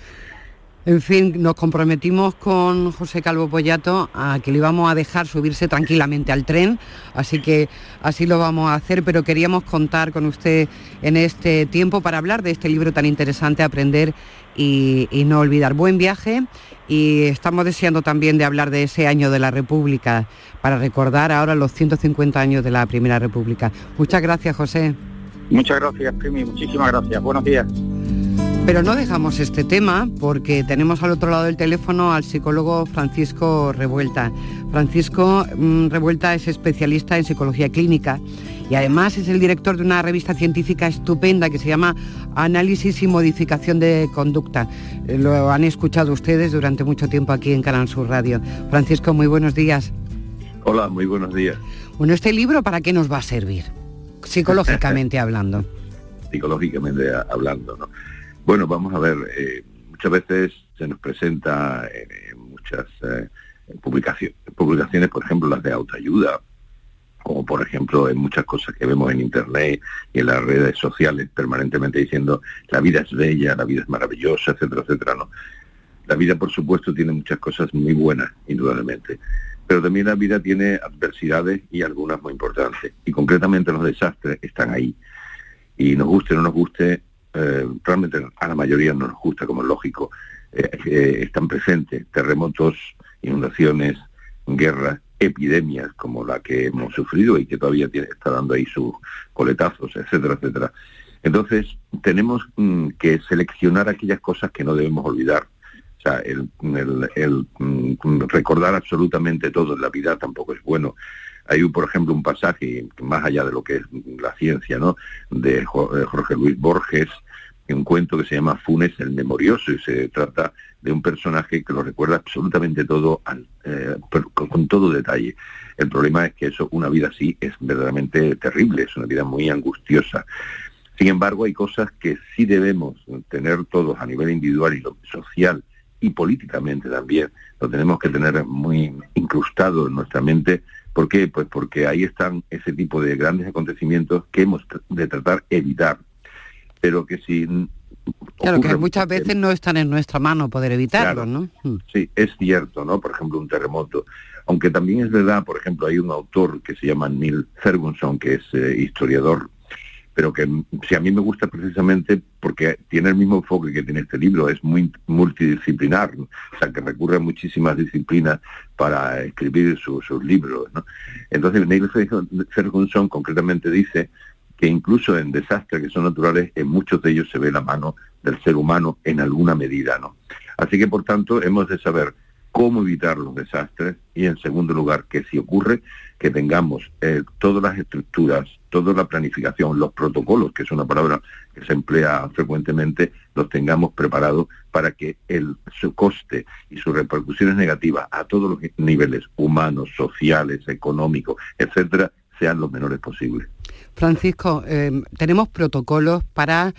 En fin, nos comprometimos con José Calvo Pollato a que le íbamos a dejar subirse tranquilamente al tren, así que así lo vamos a hacer, pero queríamos contar con usted en este tiempo para hablar de este libro tan interesante, Aprender y no olvidar. Buen viaje, y estamos deseando también de hablar de ese año de la República, para recordar ahora los 150 años de la Primera República. Muchas gracias, José. Muchas gracias, Primi, muchísimas gracias. Buenos días. Pero no dejamos este tema porque tenemos al otro lado del teléfono al psicólogo Francisco Revuelta. Francisco Revuelta es especialista en psicología clínica y además es el director de una revista científica estupenda que se llama Análisis y Modificación de Conducta. Lo han escuchado ustedes durante mucho tiempo aquí en Canal Sur Radio. Francisco, muy buenos días. Hola, muy buenos días. Bueno, ¿este libro para qué nos va a servir? Psicológicamente hablando. Psicológicamente hablando, ¿no? Bueno, vamos a ver, muchas veces se nos presenta muchas publicaciones, por ejemplo, las de autoayuda, como por ejemplo en muchas cosas que vemos en Internet y en las redes sociales, permanentemente diciendo la vida es bella, la vida es maravillosa, etcétera, etcétera, ¿no? La vida, por supuesto, tiene muchas cosas muy buenas, indudablemente, pero también la vida tiene adversidades y algunas muy importantes, y concretamente los desastres están ahí, y nos guste o no nos guste, realmente a la mayoría no nos gusta, como es lógico, están presentes terremotos, inundaciones, guerras, epidemias como la que hemos sufrido y que todavía está dando ahí sus coletazos, etcétera, etcétera. Entonces tenemos que seleccionar aquellas cosas que no debemos olvidar. O sea, el recordar absolutamente todo en la vida tampoco es bueno. Hay, por ejemplo, un pasaje, más allá de lo que es la ciencia, ¿no?, de Jorge Luis Borges, un cuento que se llama Funes el Memorioso, y se trata de un personaje que lo recuerda absolutamente todo, con todo detalle. El problema es que una vida así es verdaderamente terrible, es una vida muy angustiosa. Sin embargo, hay cosas que sí debemos tener todos a nivel individual y social y políticamente también, lo tenemos que tener muy incrustado en nuestra mente. ¿Por qué? Pues porque ahí están ese tipo de grandes acontecimientos que hemos de tratar de evitar, pero que si... Claro, que muchas veces no están en nuestra mano poder evitarlo, claro, ¿no? Sí, es cierto, ¿no? Por ejemplo, un terremoto. Aunque también es verdad, por ejemplo, hay un autor que se llama Neil Ferguson, que es historiador, pero que si a mí me gusta precisamente porque tiene el mismo enfoque que tiene este libro, es muy multidisciplinar, o sea, que recurre a muchísimas disciplinas para escribir sus libros, ¿no? Entonces, Neil Ferguson concretamente dice que incluso en desastres que son naturales, en muchos de ellos se ve la mano del ser humano en alguna medida, ¿no? Así que, por tanto, hemos de saber cómo evitar los desastres y, en segundo lugar, que si ocurre, que tengamos todas las estructuras, toda la planificación, los protocolos, que es una palabra que se emplea frecuentemente, los tengamos preparados para que su coste y sus repercusiones negativas a todos los niveles humanos, sociales, económicos, etcétera, sean los menores posibles. Francisco, tenemos protocolos para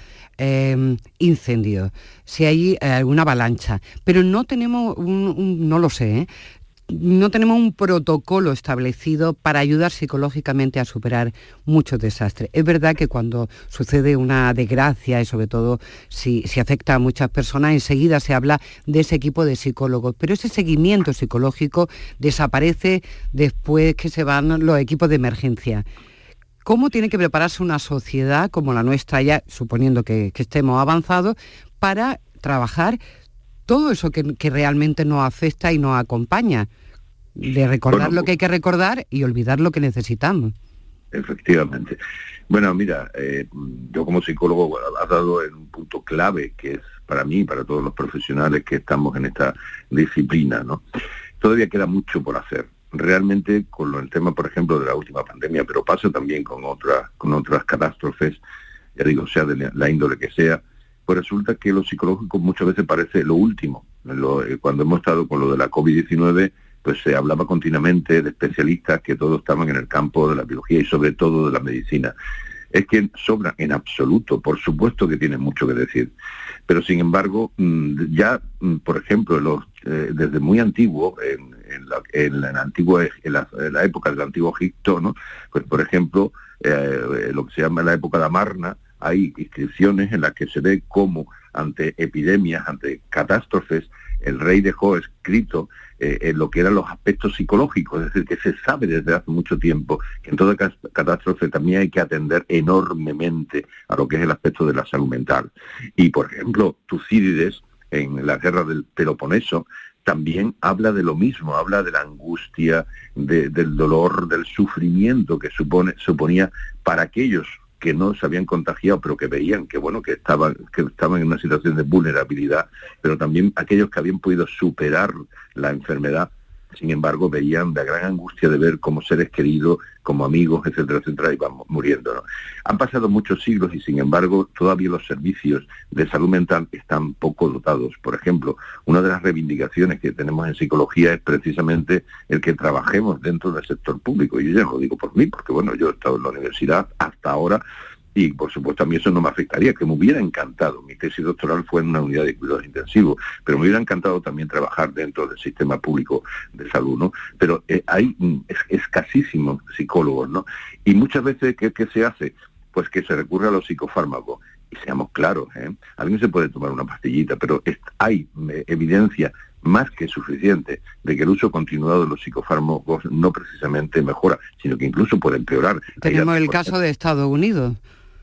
incendios, si hay alguna avalancha, pero no tenemos no lo sé, no tenemos un protocolo establecido para ayudar psicológicamente a superar muchos desastres. Es verdad que cuando sucede una desgracia, y sobre todo si afecta a muchas personas, enseguida se habla de ese equipo de psicólogos, pero ese seguimiento psicológico desaparece después que se van los equipos de emergencia. ¿Cómo tiene que prepararse una sociedad como la nuestra, ya suponiendo que estemos avanzados, para trabajar todo eso que realmente nos afecta y nos acompaña? De recordar lo que hay que recordar y olvidar lo que necesitamos. Efectivamente. Bueno, mira, yo como psicólogo has dado en un punto clave, que es para mí y para todos los profesionales que estamos en esta disciplina, ¿no? Todavía queda mucho por hacer. Realmente con el tema, por ejemplo, de la última pandemia, pero pasa también con otras catástrofes, ya digo, sea de la índole que sea, pues resulta que lo psicológico muchas veces parece lo último. Cuando hemos estado con lo de la COVID-19, pues se hablaba continuamente de especialistas que todos estaban en el campo de la biología y sobre todo de la medicina. Es que sobra en absoluto, por supuesto que tienen mucho que decir, pero sin embargo, ya, por ejemplo, desde muy antiguo, en la época del antiguo Egipto, ¿no? Pues por ejemplo, lo que se llama la época de Amarna, hay inscripciones en las que se ve cómo ante epidemias, ante catástrofes, el rey dejó escrito en lo que eran los aspectos psicológicos, es decir, que se sabe desde hace mucho tiempo que en toda catástrofe también hay que atender enormemente a lo que es el aspecto de la salud mental. Y, por ejemplo, Tucídides, en la guerra del Peloponeso, también habla de lo mismo, habla de la angustia, del dolor, del sufrimiento que suponía para aquellos que no se habían contagiado, pero que veían que bueno, que estaban en una situación de vulnerabilidad, pero también aquellos que habían podido superar la enfermedad, sin embargo, veían la gran angustia de ver cómo seres queridos, como amigos, etcétera, etcétera, iban muriendo, ¿no? Han pasado muchos siglos y, sin embargo, todavía los servicios de salud mental están poco dotados. Por ejemplo, una de las reivindicaciones que tenemos en psicología es precisamente el que trabajemos dentro del sector público. Y yo ya lo digo por mí, porque bueno, yo he estado en la universidad hasta ahora, y por supuesto a mí eso no me afectaría, que me hubiera encantado. Mi tesis doctoral fue en una unidad de cuidados intensivos, pero me hubiera encantado también trabajar dentro del sistema público de salud, ¿no? Pero hay escasísimos psicólogos, ¿no? Y muchas veces, ¿qué se hace? Pues que se recurre a los psicofármacos. Y seamos claros, alguien se puede tomar una pastillita, pero hay evidencia más que suficiente de que el uso continuado de los psicofármacos no precisamente mejora, sino que incluso puede empeorar. Tenemos el caso de Estados Unidos,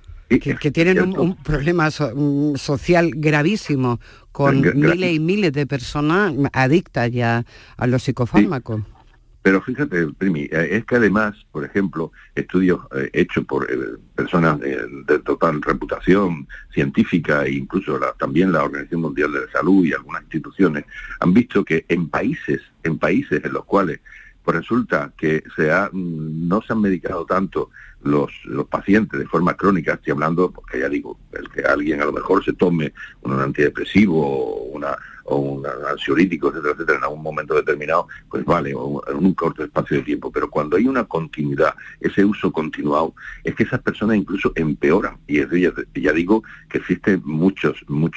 que tienen un problema social gravísimo, con miles y miles de personas adictas ya a los psicofármacos. Sí. Pero fíjate, Primi, es que además, por ejemplo, estudios hechos por personas de total reputación científica e incluso también la Organización Mundial de la Salud y algunas instituciones han visto que en países en los cuales pues resulta que no se han medicado tanto los pacientes de forma crónica, estoy hablando, porque ya digo, el que alguien a lo mejor se tome un antidepresivo o un ansiolítico, etcétera, etcétera, en algún momento determinado, pues vale, o en un corto espacio de tiempo, pero cuando hay una continuidad, ese uso continuado, es que esas personas incluso empeoran, y ya digo que existen muchos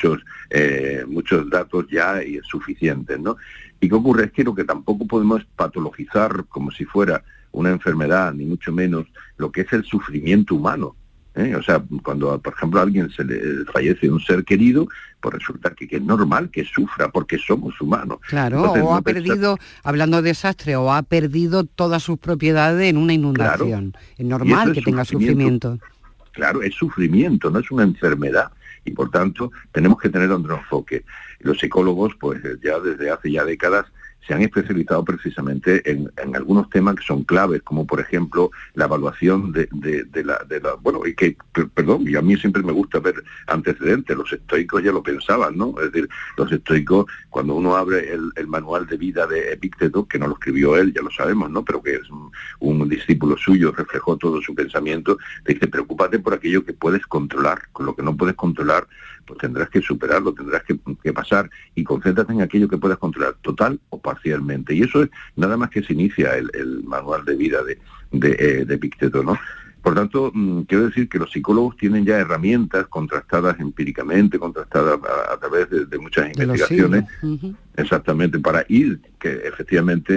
datos ya suficientes, ¿no? ¿Y qué ocurre? Es que lo que tampoco podemos patologizar como si fuera una enfermedad, ni mucho menos, lo que es el sufrimiento humano. O sea, cuando, por ejemplo, a alguien se le fallece un ser querido, pues resulta que es normal que sufra, porque somos humanos. Claro, entonces, o ha perdido, hablando de desastre, o ha perdido todas sus propiedades en una inundación. Claro, es normal que tenga sufrimiento. Claro, es sufrimiento, no es una enfermedad. Y por tanto, tenemos que tener otro enfoque. Los psicólogos, pues ya desde hace ya décadas, se han especializado precisamente en algunos temas que son claves, como por ejemplo la evaluación de la bueno, y que, perdón, y a mí siempre me gusta ver antecedentes, los estoicos ya lo pensaban, ¿no? Es decir, los estoicos, cuando uno abre el manual de vida de Epicteto, que no lo escribió él, ya lo sabemos, ¿no? Pero que es un discípulo suyo, reflejó todo su pensamiento, dice, preocúpate por aquello que puedes controlar, con lo que no puedes controlar, pues tendrás que superarlo, tendrás que pasar, y concéntrate en aquello que puedas controlar, total o parcialmente. Y eso es nada más que se inicia el manual de vida de Epicteto, ¿no? Por tanto, quiero decir que los psicólogos tienen ya herramientas contrastadas empíricamente, contrastadas a través de muchas investigaciones, exactamente, para ir que efectivamente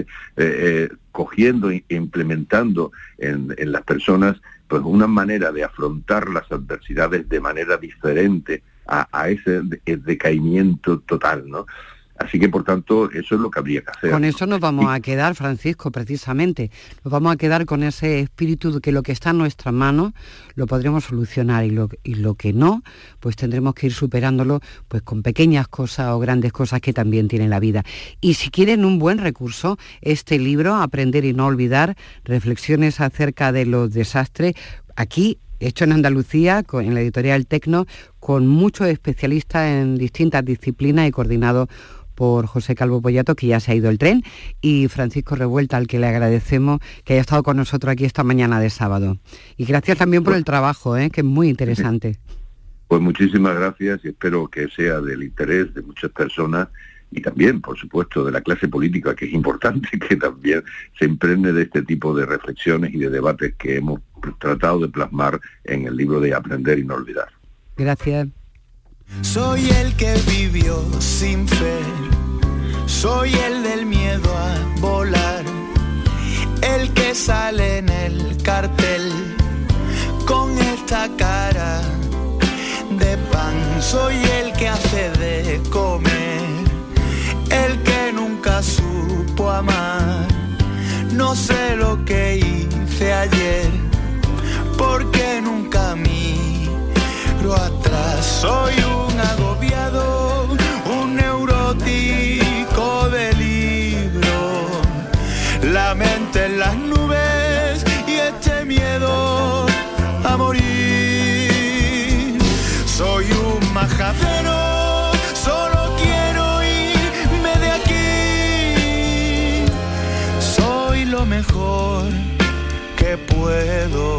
cogiendo e implementando en las personas pues una manera de afrontar las adversidades de manera diferente a ese decaimiento total, ¿no? Así que, por tanto, eso es lo que habría que hacer. Con eso nos vamos a quedar, Francisco, precisamente. Nos vamos a quedar con ese espíritu de que lo que está en nuestras manos lo podremos solucionar y lo que no, pues tendremos que ir superándolo pues con pequeñas cosas o grandes cosas que también tiene la vida. Y si quieren un buen recurso, este libro, Aprender y no olvidar, reflexiones acerca de los desastres, aquí hecho en Andalucía, en la editorial Tecno, con muchos especialistas en distintas disciplinas y coordinado por José Calvo Pollato, que ya se ha ido el tren, y Francisco Revuelta, al que le agradecemos que haya estado con nosotros aquí esta mañana de sábado. Y gracias también por el trabajo, que es muy interesante. Pues muchísimas gracias y espero que sea del interés de muchas personas y también, por supuesto, de la clase política, que es importante que también se impregne de este tipo de reflexiones y de debates que hemos tratado de plasmar en el libro de Aprender y no olvidar. Gracias. Soy el que vivió sin fe, soy el del miedo a volar, el que sale en el cartel con esta cara de pan, soy el que hace de comer, el que nunca supo amar, no sé lo que hice ayer, porque nunca miro atrás, soy un agobiado, un neurótico de libro, la mente en las nubes y este miedo a morir, soy un majadero, solo quiero irme de aquí, soy lo mejor que puedo.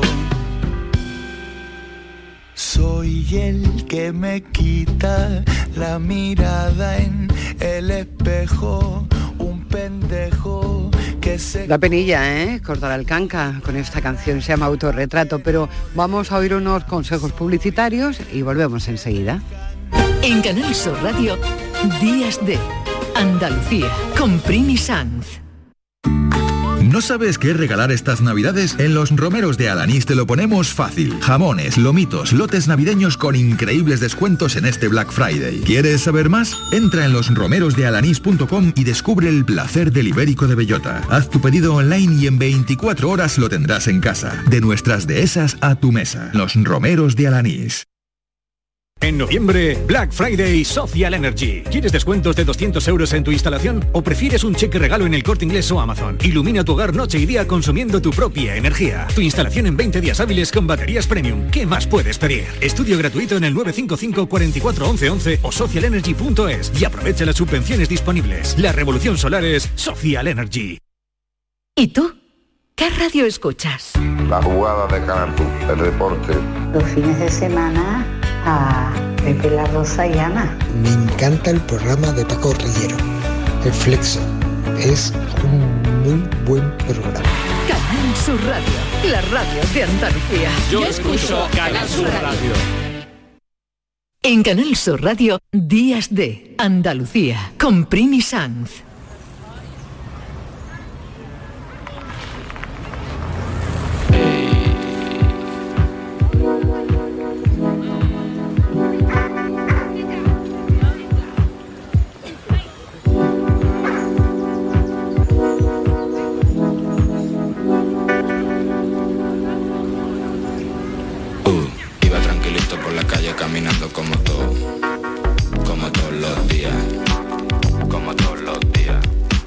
Soy el que me quita la mirada en el espejo, un pendejo que se... La penilla, cortar el canca con esta canción, se llama Autorretrato, pero vamos a oír unos consejos publicitarios y volvemos enseguida. En Canal Sur Radio, Días de Andalucía, con Primi Sanz. ¿No sabes qué regalar estas navidades? En los romeros de Alanís te lo ponemos fácil. Jamones, lomitos, lotes navideños con increíbles descuentos en este Black Friday. ¿Quieres saber más? Entra en losromerosdealanís.com y descubre el placer del ibérico de bellota. Haz tu pedido online y en 24 horas lo tendrás en casa. De nuestras dehesas a tu mesa. Los romeros de Alanís. En noviembre, Black Friday Social Energy. ¿Quieres descuentos de 200 euros en tu instalación o prefieres un cheque regalo en el Corte Inglés o Amazon? Ilumina tu hogar noche y día consumiendo tu propia energía. Tu instalación en 20 días hábiles con baterías premium. ¿Qué más puedes pedir? Estudio gratuito en el 955 44 11 11 o socialenergy.es y aprovecha las subvenciones disponibles. La revolución solar es Social Energy. ¿Y tú? ¿Qué radio escuchas? La jugada de Canal Sur, el deporte. Los fines de semana a Pepe La Rosa y Ana. Me encanta el programa de Paco Rillero, El Flexo. Es un muy buen programa. Canal Sur Radio, la radio de Andalucía. Yo escucho Canal Sur Radio. En Canal Sur Radio, Días de Andalucía, con Primi Sanz. Iba tranquilito por la calle caminando como todos los días, como todos los días.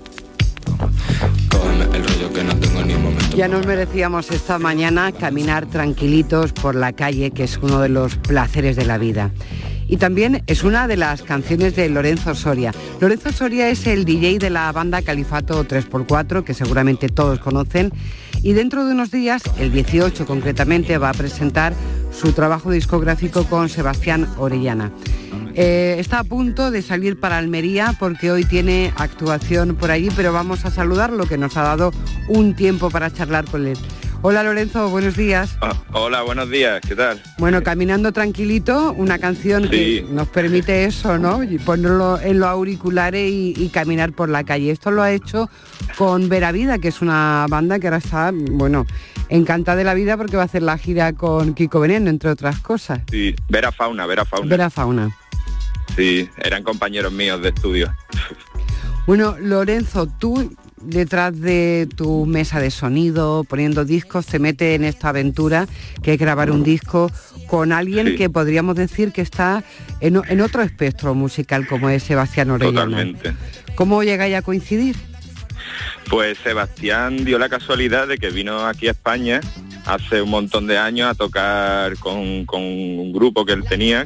Cógeme el rollo que no tengo ni un momento. Ya nos merecíamos esta mañana caminar tranquilitos por la calle, que es uno de los placeres de la vida. Y también es una de las canciones de Lorenzo Soria. Lorenzo Soria es el DJ de la banda Califato 3x4, que seguramente todos conocen, y dentro de unos días, el 18 concretamente, va a presentar su trabajo discográfico con Sebastián Orellana. Está a punto de salir para Almería porque hoy tiene actuación por allí, pero vamos a saludarlo, que nos ha dado un tiempo para charlar con él. Hola Lorenzo, buenos días. Hola, buenos días, ¿qué tal? Bueno, Caminando Tranquilito, una canción que nos permite eso, ¿no? Y ponerlo en los auriculares y caminar por la calle. Esto lo ha hecho con Vera Vida, que es una banda que ahora está, bueno, encantada de la vida porque va a hacer la gira con Kiko Veneno, entre otras cosas. Sí, Vera Fauna. Vera Fauna. Sí, eran compañeros míos de estudio. Bueno, Lorenzo, tú detrás de tu mesa de sonido, poniendo discos, te metes en esta aventura que es grabar un disco con alguien que podríamos decir que está en otro espectro musical, como es Sebastián Orellana. Totalmente. ¿Cómo llegáis a coincidir? Pues Sebastián dio la casualidad de que vino aquí a España hace un montón de años a tocar con un grupo que él tenía,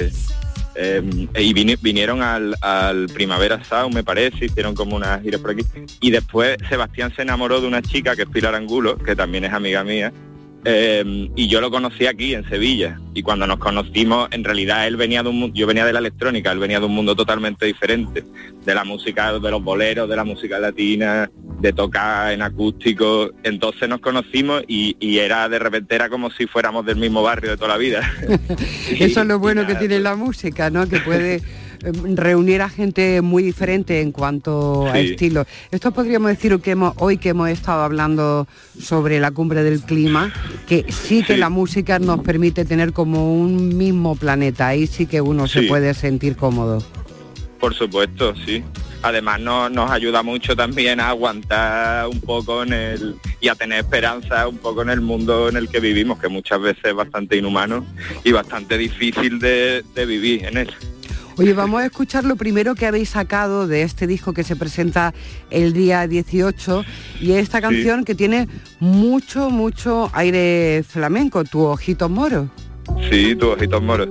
y vinieron al Primavera Sound, me parece, hicieron como una gira por aquí, y después Sebastián se enamoró de una chica que es Pilar Angulo, que también es amiga mía, y yo lo conocí aquí en Sevilla, y cuando nos conocimos, en realidad él venía yo venía de la electrónica, él venía de un mundo totalmente diferente, de la música, de los boleros, de la música latina, de tocar en acústico. Entonces nos conocimos y era, de repente era como si fuéramos del mismo barrio de toda la vida. Eso es lo bueno que tiene la música, ¿no? Que puede reunir a gente muy diferente en cuanto a estilo. Esto podríamos decir que hoy que hemos estado hablando sobre la cumbre del clima, que sí que la música nos permite tener como un mismo planeta, ahí sí que uno se puede sentir cómodo. Por supuesto, sí. Además nos ayuda mucho también a aguantar un poco y a tener esperanza un poco en el mundo en el que vivimos, que muchas veces es bastante inhumano y bastante difícil de vivir en él. Oye, vamos a escuchar lo primero que habéis sacado de este disco que se presenta el día 18, y esta canción que tiene mucho aire flamenco, Tu Ojitos Moros. Sí, Tu Ojitos Moros.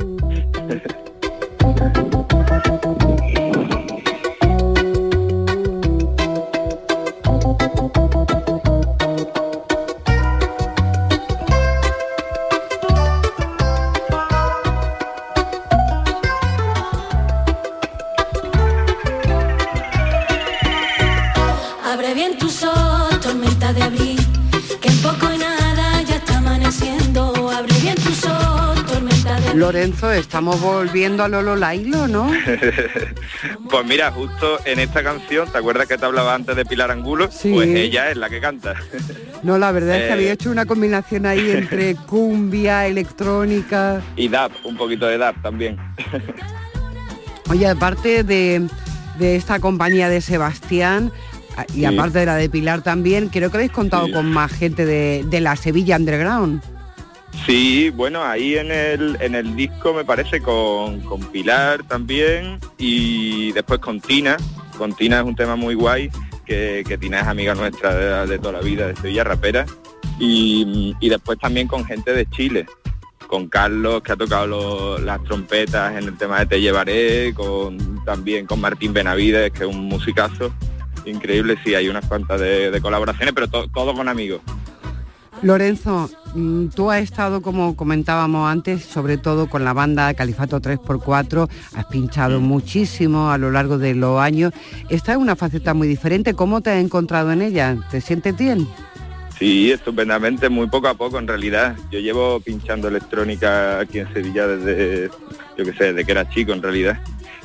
Abre bien tus ojos, tormenta de abril, que en poco y nada ya está amaneciendo. Abre bien tus ojos, tormenta de abril. Lorenzo, estamos volviendo a Lolo Lailo, ¿no? Pues mira, justo en esta canción, ¿te acuerdas que te hablaba antes de Pilar Angulo? Sí. Pues ella es la que canta. No, la verdad es que había hecho una combinación ahí entre cumbia, electrónica... Y dub, un poquito de dub también. Oye, aparte de esta compañía de Sebastián, y aparte de la de Pilar también, creo que habéis contado con más gente de la Sevilla Underground. Sí, bueno, ahí en el disco me parece con Pilar también, y después con Tina. Con Tina es un tema muy guay, que Tina es amiga nuestra de toda la vida, de Sevilla, rapera, y después también con gente de Chile, con Carlos, que ha tocado las trompetas en el tema de Te Llevaré, también con Martín Benavides, que es un musicazo, increíble, sí, hay unas cuantas de colaboraciones, pero todo con amigos. Lorenzo, tú has estado, como comentábamos antes, sobre todo con la banda Califato 3x4, has pinchado muchísimo a lo largo de los años. Esta es una faceta muy diferente, ¿cómo te has encontrado en ella? ¿Te sientes bien? Sí, estupendamente, muy poco a poco en realidad. Yo llevo pinchando electrónica aquí en Sevilla desde, desde que era chico en realidad.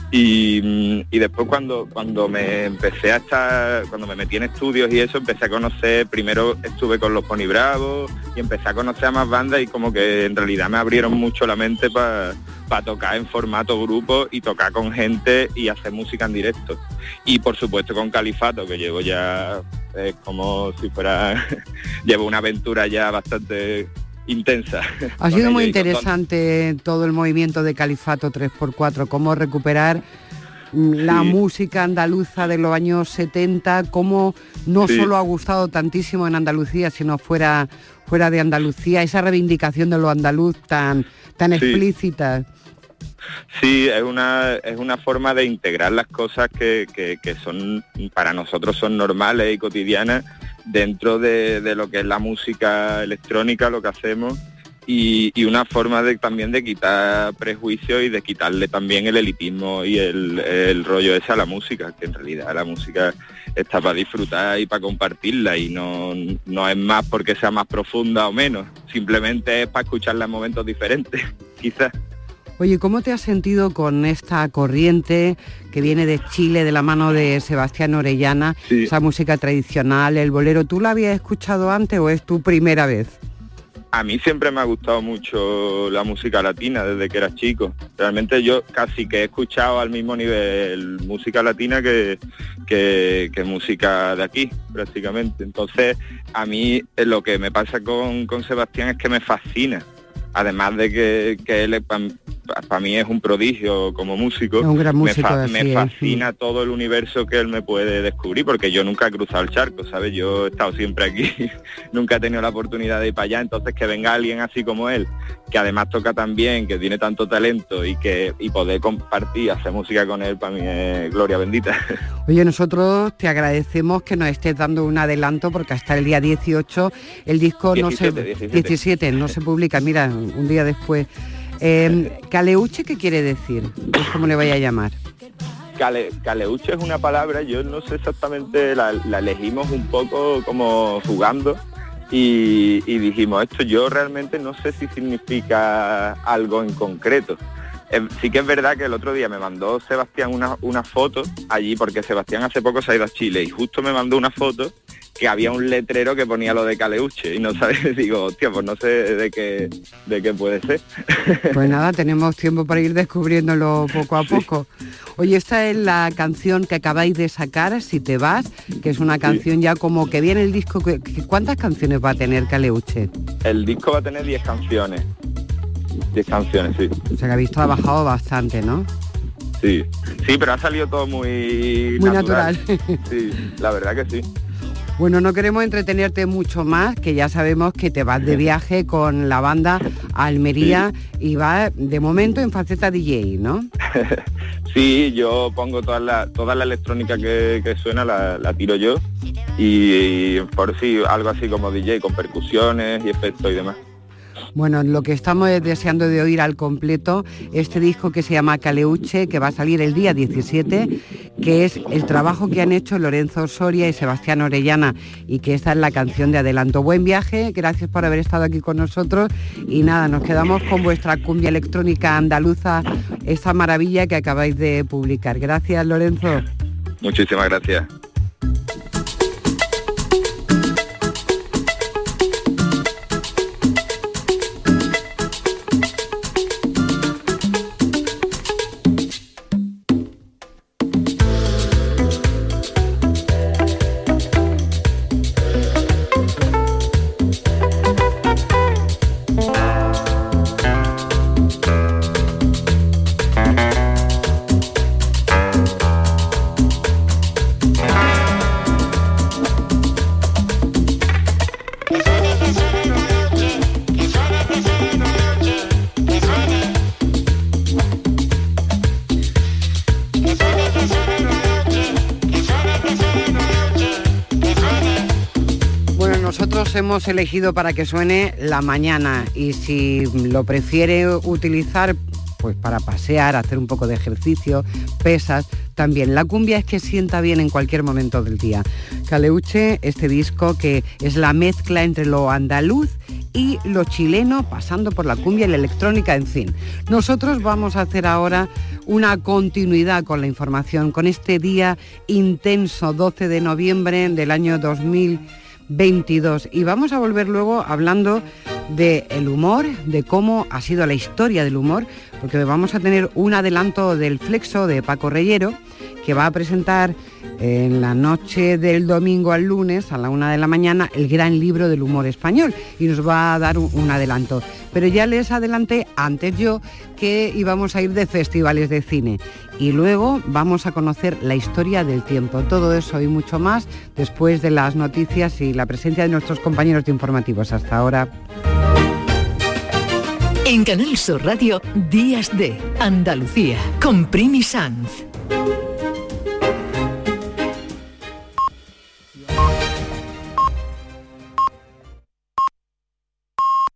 Y después cuando me metí en estudios y eso, empecé a conocer, primero estuve con los Pony Bravos y empecé a conocer a más bandas y como que en realidad me abrieron mucho la mente para tocar en formato grupo y tocar con gente y hacer música en directo. Y por supuesto con Califato, que llevo ya, como si fuera, llevo una aventura ya bastante intensa. Ha sido muy interesante todo el movimiento de Califato 3x4, cómo recuperar la música andaluza de los años 70, cómo no solo ha gustado tantísimo en Andalucía, sino fuera de Andalucía, esa reivindicación de lo andaluz tan explícita. Sí, es una forma de integrar las cosas que son, para nosotros son normales y cotidianas, dentro de lo que es la música electrónica, lo que hacemos, y una forma también de quitar prejuicios y de quitarle también el elitismo y el rollo ese a la música, que en realidad la música está para disfrutar y para compartirla, y no es más porque sea más profunda o menos, simplemente es para escucharla en momentos diferentes, quizás. Oye, ¿cómo te has sentido con esta corriente que viene de Chile, de la mano de Sebastián Orellana, esa música tradicional, el bolero? ¿Tú la habías escuchado antes o es tu primera vez? A mí siempre me ha gustado mucho la música latina desde que era chico. Realmente yo casi que he escuchado al mismo nivel música latina que música de aquí, prácticamente. Entonces, a mí lo que me pasa con Sebastián es que me fascina. Además de que él para mí es un prodigio como músico, un gran músico, me fascina todo el universo que él me puede descubrir, porque yo nunca he cruzado el charco, ¿sabes? Yo he estado siempre aquí, nunca he tenido la oportunidad de ir para allá, entonces que venga alguien así como él, que además toca tan bien, que tiene tanto talento y poder compartir, hacer música con él, para mí es gloria bendita. Oye, nosotros te agradecemos que nos estés dando un adelanto, porque hasta el día 18 el disco 17 no se publica, mira, un día después. Caleuche, ¿qué quiere decir? ¿Cómo le vaya a llamar? Caleuche es una palabra, yo no sé exactamente, la elegimos un poco como jugando y dijimos esto, yo realmente no sé si significa algo en concreto. Sí que es verdad que el otro día me mandó Sebastián una foto allí, porque Sebastián hace poco se ha ido a Chile y justo me mandó una foto que había un letrero que ponía lo de Caleuche y no sabes, digo, hostia, pues no sé de qué puede ser. Pues nada, tenemos tiempo para ir descubriéndolo poco a poco. Oye, esta es la canción que acabáis de sacar, Si te vas, que es una canción ya como que viene el disco. ¿Cuántas canciones va a tener Caleuche? El disco va a tener 10 canciones. 10 canciones, sí. O sea que habéis trabajado bastante, ¿no? Sí, pero ha salido todo muy natural. Sí, la verdad que sí. Bueno, no queremos entretenerte mucho más, que ya sabemos que te vas de viaje con la banda a Almería y vas de momento en faceta DJ, ¿no? Sí, yo pongo toda la electrónica que suena, la tiro yo y por sí algo así como DJ con percusiones y efectos y demás. Bueno, lo que estamos deseando de oír al completo, este disco que se llama Caleuche, que va a salir el día 17, que es el trabajo que han hecho Lorenzo Soria y Sebastián Orellana, y que esta es la canción de adelanto. Buen viaje, gracias por haber estado aquí con nosotros, y nada, nos quedamos con vuestra cumbia electrónica andaluza, esa maravilla que acabáis de publicar. Gracias, Lorenzo. Muchísimas gracias. hemos elegido para que suene la mañana y si lo prefiere utilizar pues para pasear, hacer un poco de ejercicio, pesas, también. La cumbia es que sienta bien en cualquier momento del día. Caleuche, este disco que es la mezcla entre lo andaluz y lo chileno, pasando por la cumbia y la electrónica, en fin. Nosotros vamos a hacer ahora una continuidad con la información, con este día intenso, 12 de noviembre del año 2022. Y vamos a volver luego hablando del humor, de cómo ha sido la historia del humor, porque vamos a tener un adelanto del Flexo de Paco Reyero, que va a presentar en la noche del domingo al lunes a la 1 de la mañana el gran libro del humor español y nos va a dar un adelanto. Pero ya les adelanté antes yo que íbamos a ir de festivales de cine y luego vamos a conocer la historia del tiempo. Todo eso y mucho más después de las noticias y la presencia de nuestros compañeros de informativos. Hasta ahora. En Canal Sur Radio, Días de Andalucía, con Primi Sanz.